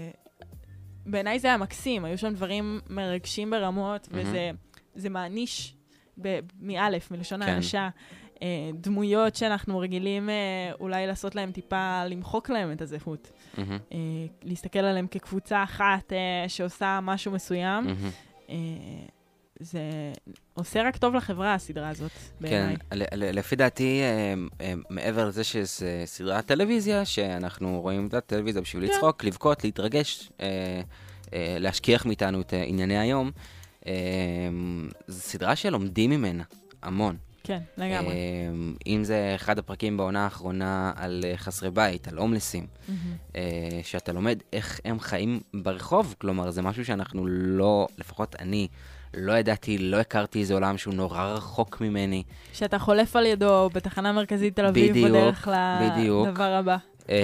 S3: בעיניי זה היה מקסים, היו שם דברים מרגשים ברמות, mm-hmm. וזה זה מעניש ב- מאלף, מלשון כן. האנשה, אה, דמויות שאנחנו רגילים אה, אולי לעשות להם טיפה, למחוק להם את הזהות. Mm-hmm. אה, להסתכל עליהם כקבוצה אחת אה, שעושה משהו מסוים. Mm-hmm. אה, זה עושה רק טוב לחברה, הסדרה הזאת, בעיניי.
S4: כן, לפי דעתי, מעבר לזה שזה סדרת טלוויזיה, שאנחנו רואים את הטלוויזיה בשביל לצחוק, לבכות, להתרגש, להשכיח מאיתנו את ענייני היום, זו סדרה שלומדים ממנה המון.
S3: כן, לגמרי.
S4: אם זה אחד הפרקים בעונה האחרונה על חסרי בית, על הומלסים, שאתה לומד איך הם חיים ברחוב, כלומר, זה משהו שאנחנו לא, לפחות אני, לא ידעתי, לא הכרתי איזה עולם שהוא נורא רחוק ממני.
S3: שאתה חולף על ידו בתחנה מרכזית תל אביב,
S4: בדיוק,
S3: בדרך
S4: בדיוק.
S3: לדבר הבא.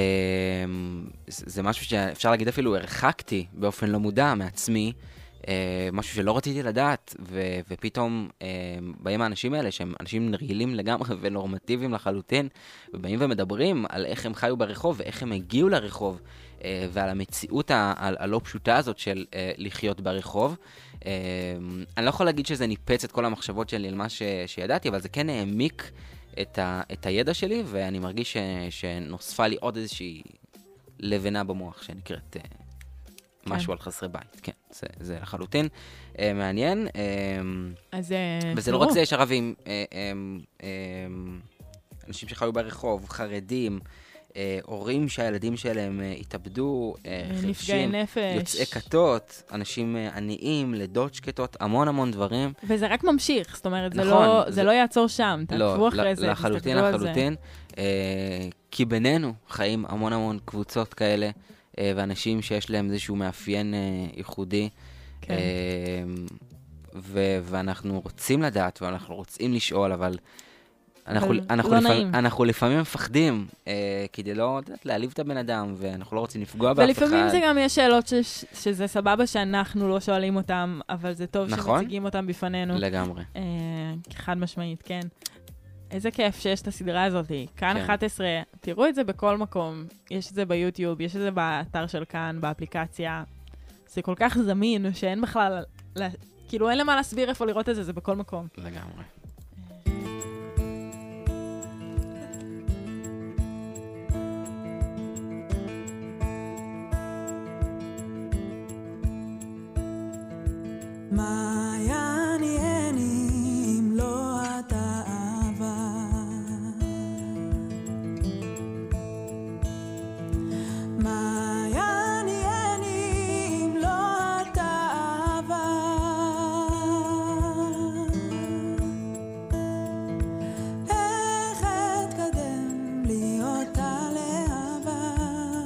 S4: זה משהו שאפשר להגיד אפילו, הרחקתי באופן לא מודע מעצמי, משהו שלא רציתי לדעת, ו- ופתאום באים האנשים האלה, שהם אנשים רגילים לגמרי ונורמטיביים לחלוטין, ובאים ומדברים על איך הם חיו ברחוב, ואיך הם הגיעו לרחוב, ועל המציאות ה- הלא פשוטה הזאת של לחיות ברחוב. אני לא יכול להגיד שזה ניפץ את כל המחשבות שלי על מה ש- שידעתי, אבל זה כן העמיק את, ה- את הידע שלי, ואני מרגיש ש- שנוספה לי עוד איזושהי לבנה במוח שנקראת... משהו על חסרי בית, כן, זה, זה לחלוטין אה, מעניין. אה,
S3: אז אה,
S4: וזה לא רק זה, יש ערבים, אה, אה, אה, אנשים שחיו ברחוב, חרדים, אה, הורים שהילדים שלהם אה, התאבדו, אה,
S3: נפגעי
S4: חרשים,
S3: נפש.
S4: יוצאי כתות, אנשים אה, עניים, לידות שקטות, המון המון דברים.
S3: וזה רק ממשיך, זאת אומרת,
S4: נכון,
S3: זה, לא,
S4: זה...
S3: זה לא יעצור שם, תעקבו
S4: לא,
S3: אחרי זה,
S4: לחלוטין,
S3: תסתכלו על זה.
S4: לחלוטין, אה, כי בינינו חיים המון המון קבוצות כאלה, אה, ואנשים שיש להם איזשהו מאפיין אה, ייחודי,
S3: כן.
S4: אה, ו- ואנחנו רוצים לדעת, ואנחנו רוצים לשאול, אבל אנחנו,
S3: אבל
S4: אנחנו,
S3: לא
S4: לפעמים,
S3: נעים.
S4: אנחנו לפעמים מפחדים, אה, כדי לא יודעת, להעליב את הבן אדם, ואנחנו לא רוצים לפגוע באף אחד.
S3: ולפעמים זה גם יש שאלות ש- שזה סבבה שאנחנו לא שואלים אותם, אבל זה טוב
S4: נכון?
S3: שמציגים אותם בפנינו.
S4: לגמרי.
S3: אה, חד משמעית, כן. איזה כיף שיש את הסדרה הזאת. כאן
S4: כן.
S3: אחת עשרה, תראו את זה בכל מקום. יש את זה ביוטיוב, יש את זה באתר של כאן, באפליקציה. זה כל כך זמין, שאין בכלל, לה, כאילו אין למה להסביר איפה לראות את זה, זה בכל מקום.
S4: לגמרי.
S7: מה יענייני אם לא אתה אהבה? מה יענייני אם לא אתה אהבה? איך אתקדם להיות הלהבה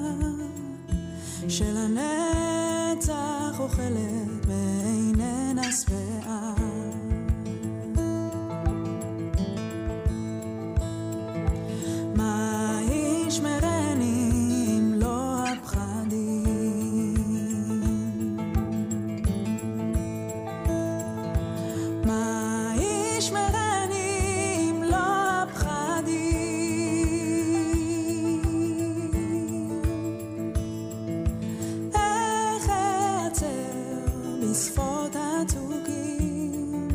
S7: של הנצח אוכלת ואיננה שבעה? מה ישמרני אם לא הפחדים? מה ישמרני אם לא הפחדים? איך אעצר בשפות הצוקים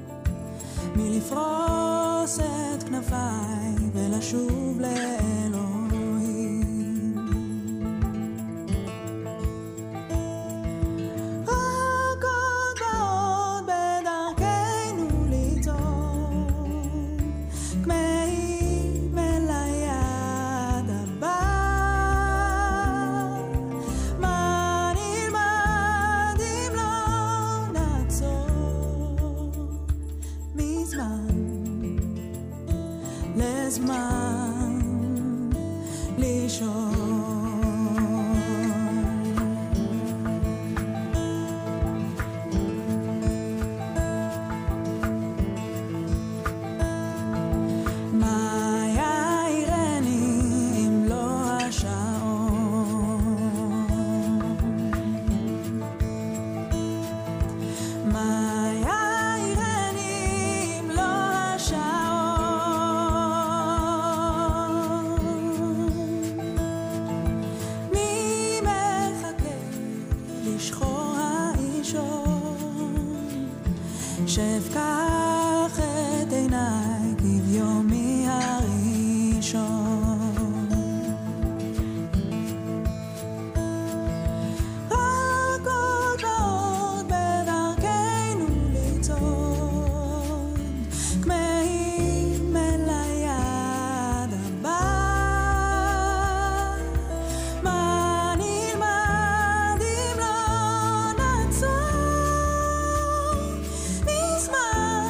S7: מלפרוס את כנפיי ולשוב לאלוהים? רק עוד ועוד בדרכנו לטעון כמהים אל היעד הבא. מה נלמד אם לא נעצור מזמן לזמן לישון? מה יעירני אם לא השעון? מה יעירני אם לא השעון? מי מחכה לשחור האישון שאפקח את עיניי כביומי הראשון? רק עוד ועוד בדרכנו לצעוד כמהים אל היעד הבא. מה נלמד אם לא נעצור מזמן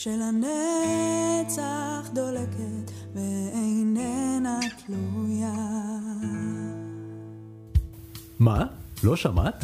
S7: של הנצח דולקת ואיננה תלויה.
S2: מה? לא שמעת?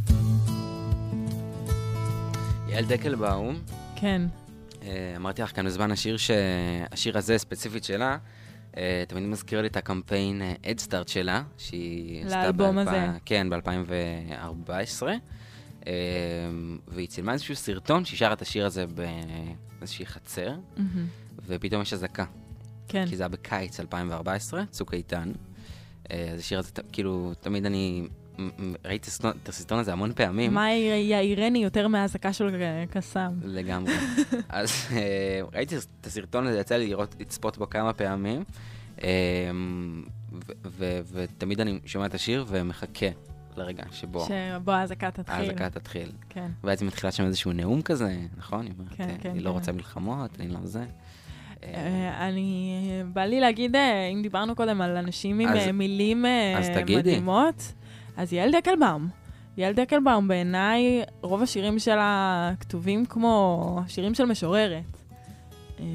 S4: יעל דקלבאום,
S3: כן.
S4: אה, אמרתי לך כאן בזמן השיר שהשיר הזה ספציפית שלה, אה, תמיד מזכיר לי את הקמפיין אה, Head Start שלה, שהיא עשתה
S3: לאלבום
S4: באלפ-
S3: הזה.
S4: כן, ב-אלפיים וארבע עשרה, אה, והיא צילמה איזשהו סרטון שהיא שרה את השיר הזה באיזושהי חצר,
S3: מהמם.
S4: ופתאום יש אזעקה,
S3: כן.
S4: כי זה היה בקיץ אלפיים וארבע עשרה, צוק איתן. אה, אז השיר הזה, ת- כאילו, תמיד אני מ- מ- ראיתי הסרטון- את הסרטון הזה המון פעמים.
S3: מה יעירני יותר מההזקה של קסאם?
S4: לגמרי. אז אה, ראיתי את הסרטון הזה, יצא לי לראות, לצפות בו כמה פעמים, אה, ו- ו- ותמיד אני שומע את השיר ומחכה לרגע שבו
S3: שבו ההזקה תתחיל.
S4: ההזעקה תתחיל.
S3: כן.
S4: ואז היא מתחילה שם איזשהו נאום כזה, נכון? היא אומרת,
S3: כן,
S4: אה,
S3: כן,
S4: אני לא
S3: כן.
S4: רוצה מלחמות, אני לא זה. אה,
S3: אה, אני, בא לי להגיד, אה, אם דיברנו קודם על אנשים עם
S4: אז-
S3: אה, מילים אה,
S4: אז תגידי.
S3: מדהימות, אז יעל דקלבאום. יעל דקלבאום בעיניי, רוב השירים שלה כתובים כמו שירים של משוררת. אה,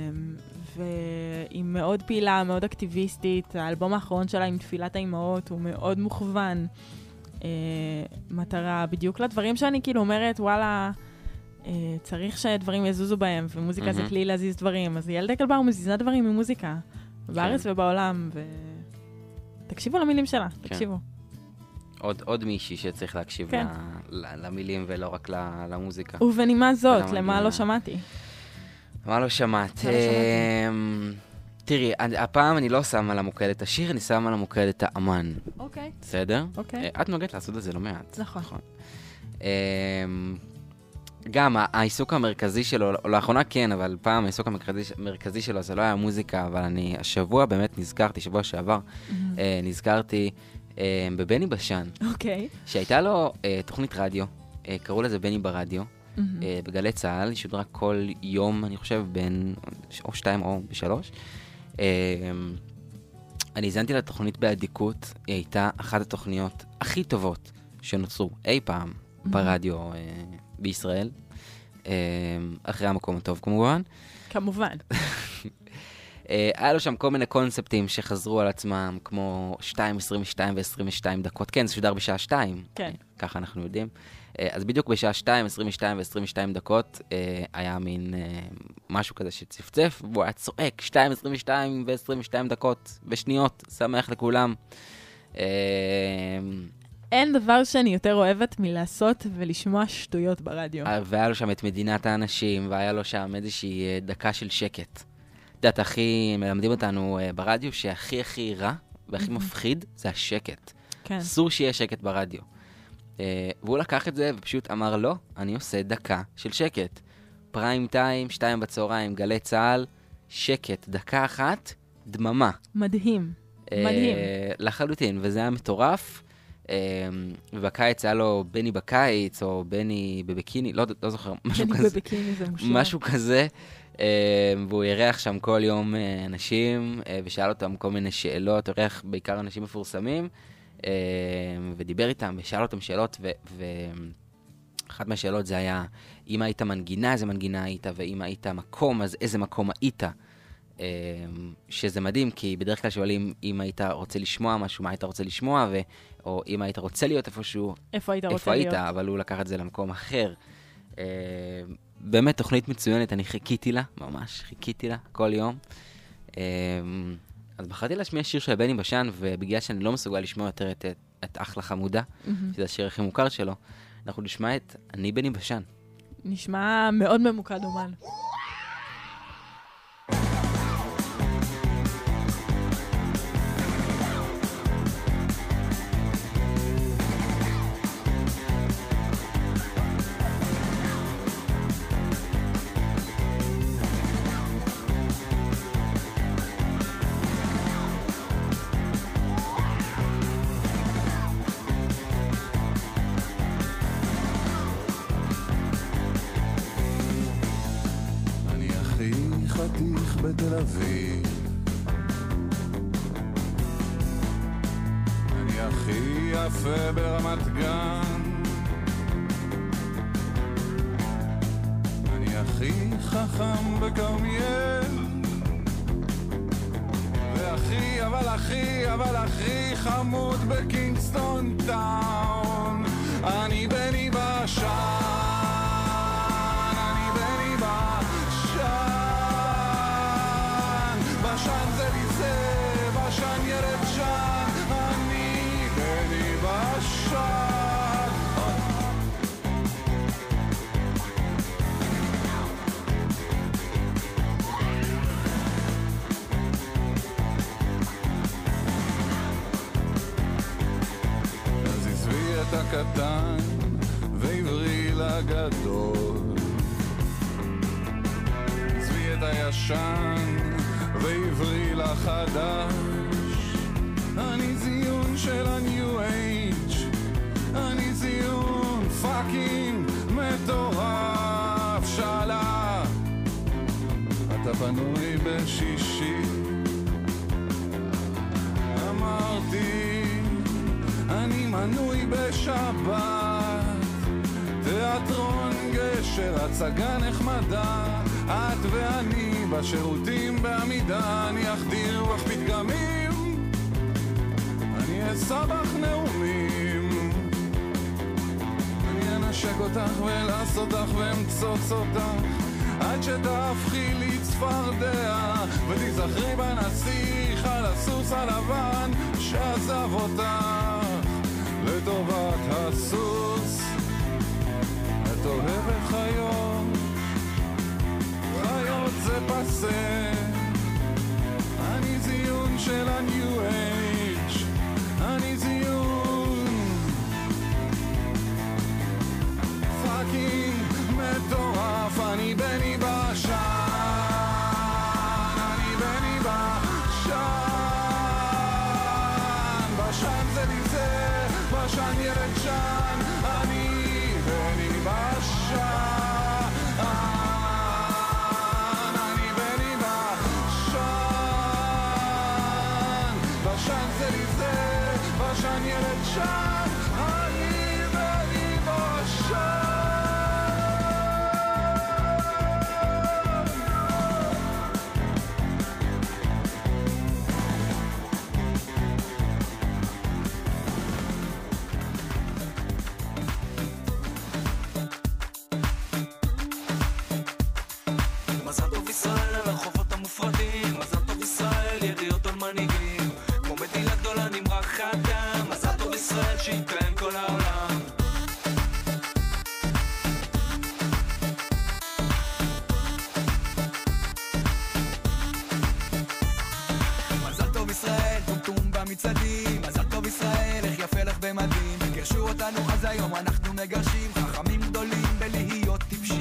S3: והיא מאוד פעילה, מאוד אקטיביסטית. האלבום האחרון שלה עם תפילת האימהות הוא מאוד מוכוון. אה, מטרה בדיוק לדברים שאני כאילו אומרת, וואלה, אה, צריך שדברים יזוזו בהם, ומוזיקה זה
S4: מהמם.
S3: כלי להזיז דברים. אז יעל דקלבאום מזיזה דברים עם מוזיקה, בארץ ובעולם, ו... תקשיבו למילים שלה,
S4: כן.
S3: תקשיבו.
S4: עוד עוד מישהי שצריך להקשיב
S3: כן.
S4: ל- ל- למילים ולא רק ל- למוזיקה.
S3: ובנימה זאת,
S4: ולמה
S3: למה
S4: אני-
S3: לא שמעתי?
S4: מה לא שמעת?
S3: מה לא שמעתי?
S4: אמ, תראי, אני- הפעם אני לא שם על המוקד את השיר, אני שם על המוקד את האמן.
S3: אוקיי.
S4: בסדר?
S3: אוקיי.
S4: אה, את נוגעת לעשות את זה לא מעט.
S3: נכון.
S4: אמ, גם ה- העיסוק המרכזי שלו, או לאחרונה כן, אבל פעם העיסוק המרכזי המרכזי שלו זה לא היה מוזיקה, אבל אני השבוע באמת נזכרתי, שבוע שעבר, אה, נזכרתי אה, בבני בשן,
S3: אוקיי.
S4: שהייתה לו אה, תוכנית רדיו, אה, קראו לזה בני ברדיו,
S3: מהמם.
S4: אה, בגלי צהל, היא שודרה כל יום, אני חושב, בין או שתיים או בשלוש. אה, אני הזנתי לתוכנית באדיקות, היא הייתה אחת התוכניות הכי טובות שנוצרו אי פעם ברדיו אה, בישראל, אה, אחרי המקום הטוב כמובן.
S3: כמובן.
S4: אה, היה לו שם כל מיני קונספטים שחזרו על עצמם, כמו שתיים עשרים ושתיים ו-עשרים ושתיים דקות. כן, זה שודר בשעה שתיים.
S3: כן.
S4: ככה אנחנו יודעים. אה, אז בדיוק בשעה שתיים, עשרים ושתיים ו-עשרים ושתיים דקות, אה, היה מין אה, משהו כזה שצפצף, והוא היה צועק, שתיים, עשרים ושתיים ו-עשרים ושתיים דקות, בשניות, שמח לכולם. אה,
S3: אין דבר שאני יותר אוהבת מלעשות ולשמוע שטויות ברדיו.
S4: והיה לו שם את מדינת האנשים, והיה לו שם איזושהי אה, דקה של שקט. את יודעת, הכי מלמדים אותנו אה, ברדיו, שהכי הכי רע והכי מפחיד זה השקט.
S3: כן.
S4: אסור שיהיה שקט ברדיו. אה, והוא לקח את זה ופשוט אמר, לא, אני עושה דקה של שקט. פריים טיים, שתיים בצהריים, גלי צהל, שקט, דקה אחת, דממה.
S3: מדהים.
S4: אה,
S3: מדהים.
S4: לחלוטין, וזה היה מטורף. אה, ובקיץ היה לו בני בקיץ, או בני בביקיני, לא, לא זוכר, משהו
S3: אני
S4: כזה.
S3: בביקיני זה מושלם.
S4: משהו כזה, אה, והוא אירח שם כל יום אה, אנשים, אה, ושאל אותם כל מיני שאלות, אירח בעיקר אנשים מפורסמים, אה, ודיבר איתם, ושאל אותם שאלות, ואחת מהשאלות זה היה, אם היית מנגינה, איזה מנגינה היית, ואם היית מקום, אז איזה מקום היית. אה, שזה מדהים, כי בדרך כלל שואלים, אם היית רוצה לשמוע משהו, מה היית רוצה לשמוע, ו... או אם היית רוצה להיות איפשהו,
S3: איפה היית רוצה
S4: איפה היית,
S3: להיות?
S4: אבל הוא לקח את זה למקום אחר. אה, באמת תוכנית מצוינת, אני חיכיתי לה, ממש חיכיתי לה כל יום. אה, אז בחרתי להשמיע שיר של בני בשן, ובגלל שאני לא מסוגל לשמוע יותר את, את, את אחלה חמודה,
S3: מהמם.
S4: שזה השיר הכי מוכר שלו, אנחנו נשמע את אני בני בשן.
S3: נשמע מאוד ממוקד אומן.
S8: אני הכי חתיך בתל אביב, אני הכי יפה ברמת גן, אני הכי הכי חכם בכרמיאל, והכי אבל הכי אבל הכי חמוד בקינגסטון טאון. אני בני בשן, אני בני בשן, בשן זה לי זה, בשן ילד שן, אני בני בשן. את הקטן ועברי לגדול, עזבי את הישן ועברי לחדש. אני זיון של הניו אייג', אני זיון פאקינג מטורף. שאלה אתה פנוי בשישי, אמרתי אני מנוי בשבת, תיאטרון גשר, הצגה נחמדה, את ואני בשירותים בעמידה. אני אחדיר לך פתגמים, אני אסבך נאומים, אני אנשק אותך ולעשות אותך ואמצוץ אותך עד שתהפכי לי צפרדע, ותזכרי בנסיך על הסוס הלבן שעזב אותך לטובת הסוס. את אוהבת חיות, חיות זה פסה, אני זיון של הניו אייג', אני זיון פאקינג מטורף. אני בני בשן, אני בני בשן, בשן זה לי זה, בשן ילד שן, אני בני בשן, אני בני בשן, בשן זה לי זה, בשן ילד שן, אני בני בשן.
S6: שיתקיים כל העולם. מזל טוב ישראל, טומטום במצעדים, מזל טוב ישראל, איך יפה לך במדים. גרשו אותנו אז היום אנחנו מגרשים, חכמים גדולים בלהיות טיפשים.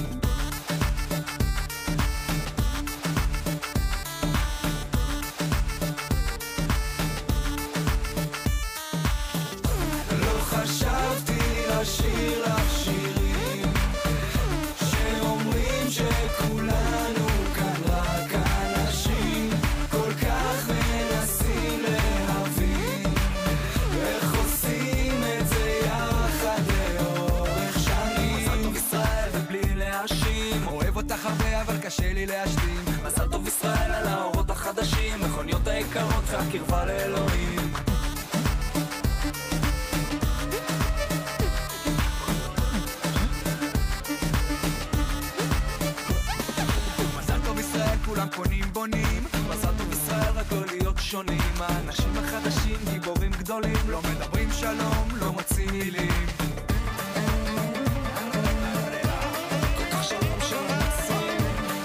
S6: לשיר לך שירים שאומרים שכולנו כאן רק אנשים, כל כך מנסים להבין איך עושים את זה יחד לאורך שנים. מזל טוב ישראל ובלי להאשים, אוהב אותך הרבה אבל קשה לי להשלים. מזל טוב ישראל על האורות החדשים, מכוניות היקרות והקרבה לאלוהים. כולם קונים בונים, מזל טוב ישראל רק לא להיות שונים. האנשים החדשים גיבורים גדולים, לא מדברים שלום, לא מוצאים מילים. כל כך שלום שלא מוצאים.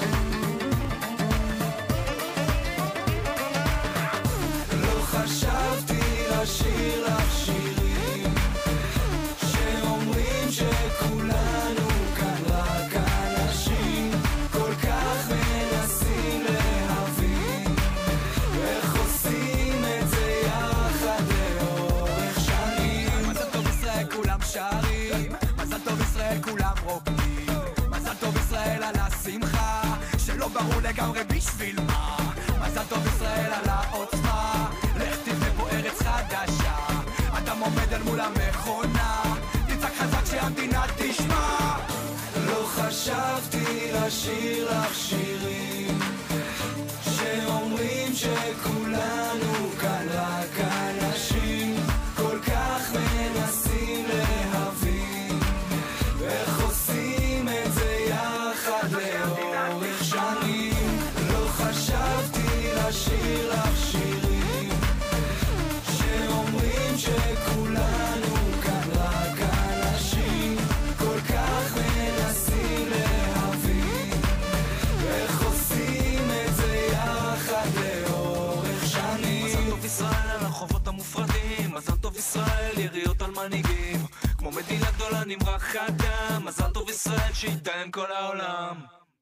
S6: לא חשבתי לשיר לך שירים שאומרים שכולנו כאן רק אנשים, כל כך מנסים להבין איך עושים את זה יחד לאורך שנים. מזל טוב ישראל כולם שרים, מזל טוב ישראל כולם רוקדים, מזל טוב ישראל על השמחה שלא ברור לגמרי בשביל מה. מזל טוב ישראל על העוצמה, לך תבנה פה ארץ חדשה. אדם עומד אל מול המכונה, תצעק חזק שהמדינה תשמע. לא
S5: חשבתי לשיר לך שירים שאומרים שכולנו כאן רק אנשים כל כך מנסים להבין איך עושים את זה יחד לאורך שנים לא חשבתי לשיר לך שירים שאומרים שכולנו כאן רק אנשים כל כך מנסים להבין איך עושים את זה יחד לאורך שנים מזל טוב ישראל על החובות המופרדים מזל טוב ישראל יריות על מנהיגים כמו מדינה גדולה נמרח אדם מזל טוב ישראל שיתן כל העולם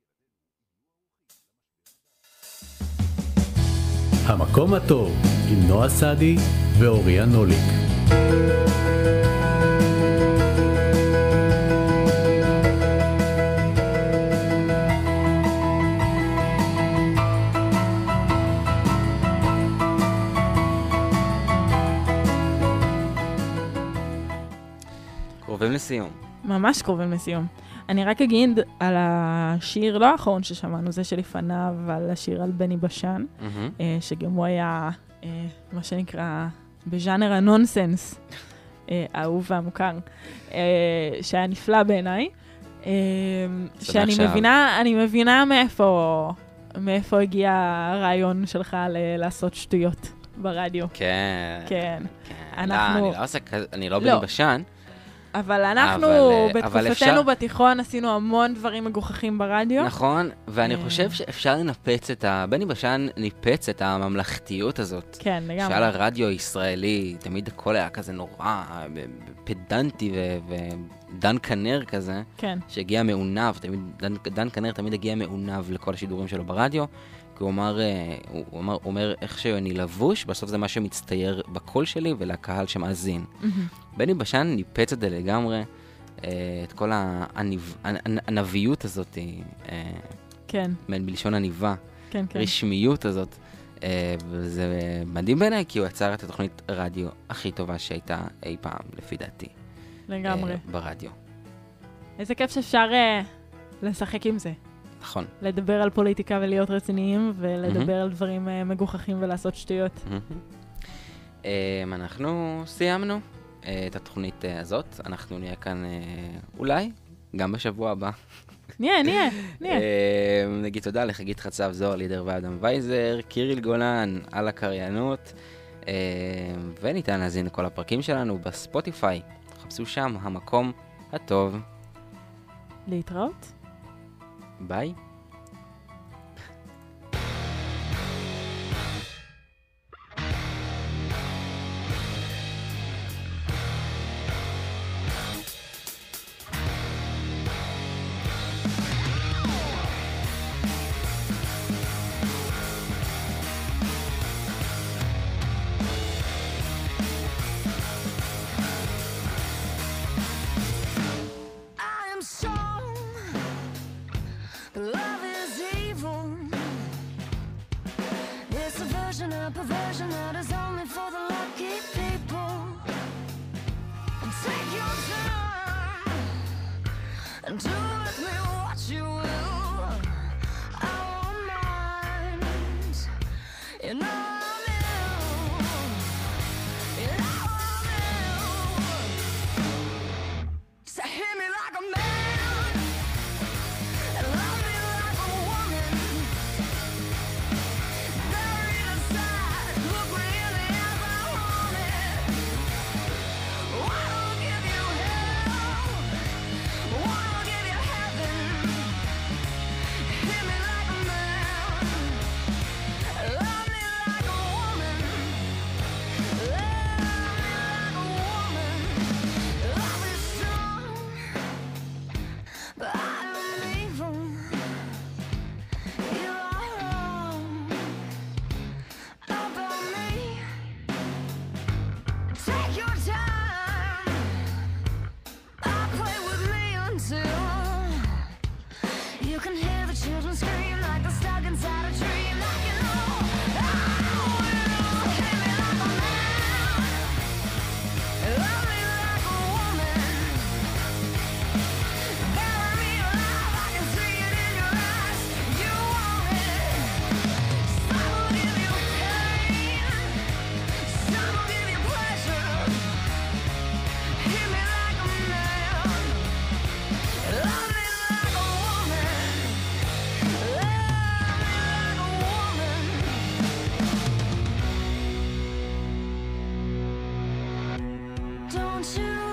S2: המקום הטוב עם נועה סעדי ואוריה נוליק.
S4: קרובים לסיום.
S3: ממש קרובים לסיום. אני רק אגיד על השיר, לא האחרון ששמענו, זה שלפניו, על השיר על בני בשן,
S4: Mm-hmm.
S3: אה, שגם הוא היה, אה, מה שנקרא, בז'אנר הנונסנס, אה, האהוב והמוכר, אה, שהיה נפלא בעיניי. אה, שאני
S4: עכשיו.
S3: מבינה, אני מבינה מאיפה, מאיפה הגיע הרעיון שלך ל- לעשות שטויות ברדיו.
S4: כן.
S3: כן.
S4: כן.
S3: אנחנו-
S4: לא, אני לא עושה כזה, אני לא
S3: לא.
S4: בני בשן.
S3: אבל אנחנו,
S4: אבל, אה, אבל
S3: בתקופתנו
S4: אפשר-
S3: בתיכון, עשינו המון דברים מגוחכים ברדיו.
S4: נכון, ואני
S3: אה.
S4: חושב שאפשר לנפץ את ה... בני בשן ניפץ את הממלכתיות הזאת.
S3: כן, לגמרי.
S4: שעל הרדיו הישראלי, תמיד הכל היה כזה נורא פדנטי ו- ודן כנר כזה,
S3: כן.
S4: שהגיע מעונב, תמיד, דן, דן כנר תמיד הגיע מעונב לכל השידורים שלו ברדיו, כי הוא אמר, אה, הוא, הוא אומר, הוא אומר איך שאני לבוש, בסוף זה מה שמצטייר בקול שלי ולקהל שמאזין. בני בשן ניפץ את זה לגמרי, אה, את כל העניב, הנ- הנביות הזאת, אה,
S3: כן,
S4: בלשון עניבה,
S3: כן, כן.
S4: רשמיות הזאת, אה, וזה מדהים בעיניי, כי הוא יצר את התוכנית רדיו הכי טובה שהייתה אי פעם, לפי דעתי,
S3: לגמרי.
S4: אה, ברדיו.
S3: איזה כיף שאפשר אה, לשחק עם זה.
S4: נכון.
S3: לדבר על פוליטיקה ולהיות רציניים, ולדבר על דברים אה, מגוחכים ולעשות שטויות.
S4: אה, אנחנו סיימנו אה, את התוכנית אה, הזאת, אנחנו נהיה כאן אה, אולי, גם בשבוע הבא.
S3: נהיה, נהיה, נהיה.
S4: אה, נגיד תודה לחגית חצב זוהר, לידר ואדם וייזר, קיריל גולן על הקריינות, אה, וניתן להזין לכל הפרקים שלנו בספוטיפיי. חפשו שם המקום הטוב.
S3: להתראות?
S4: ביי.
S5: I am strong. Love
S9: Don't you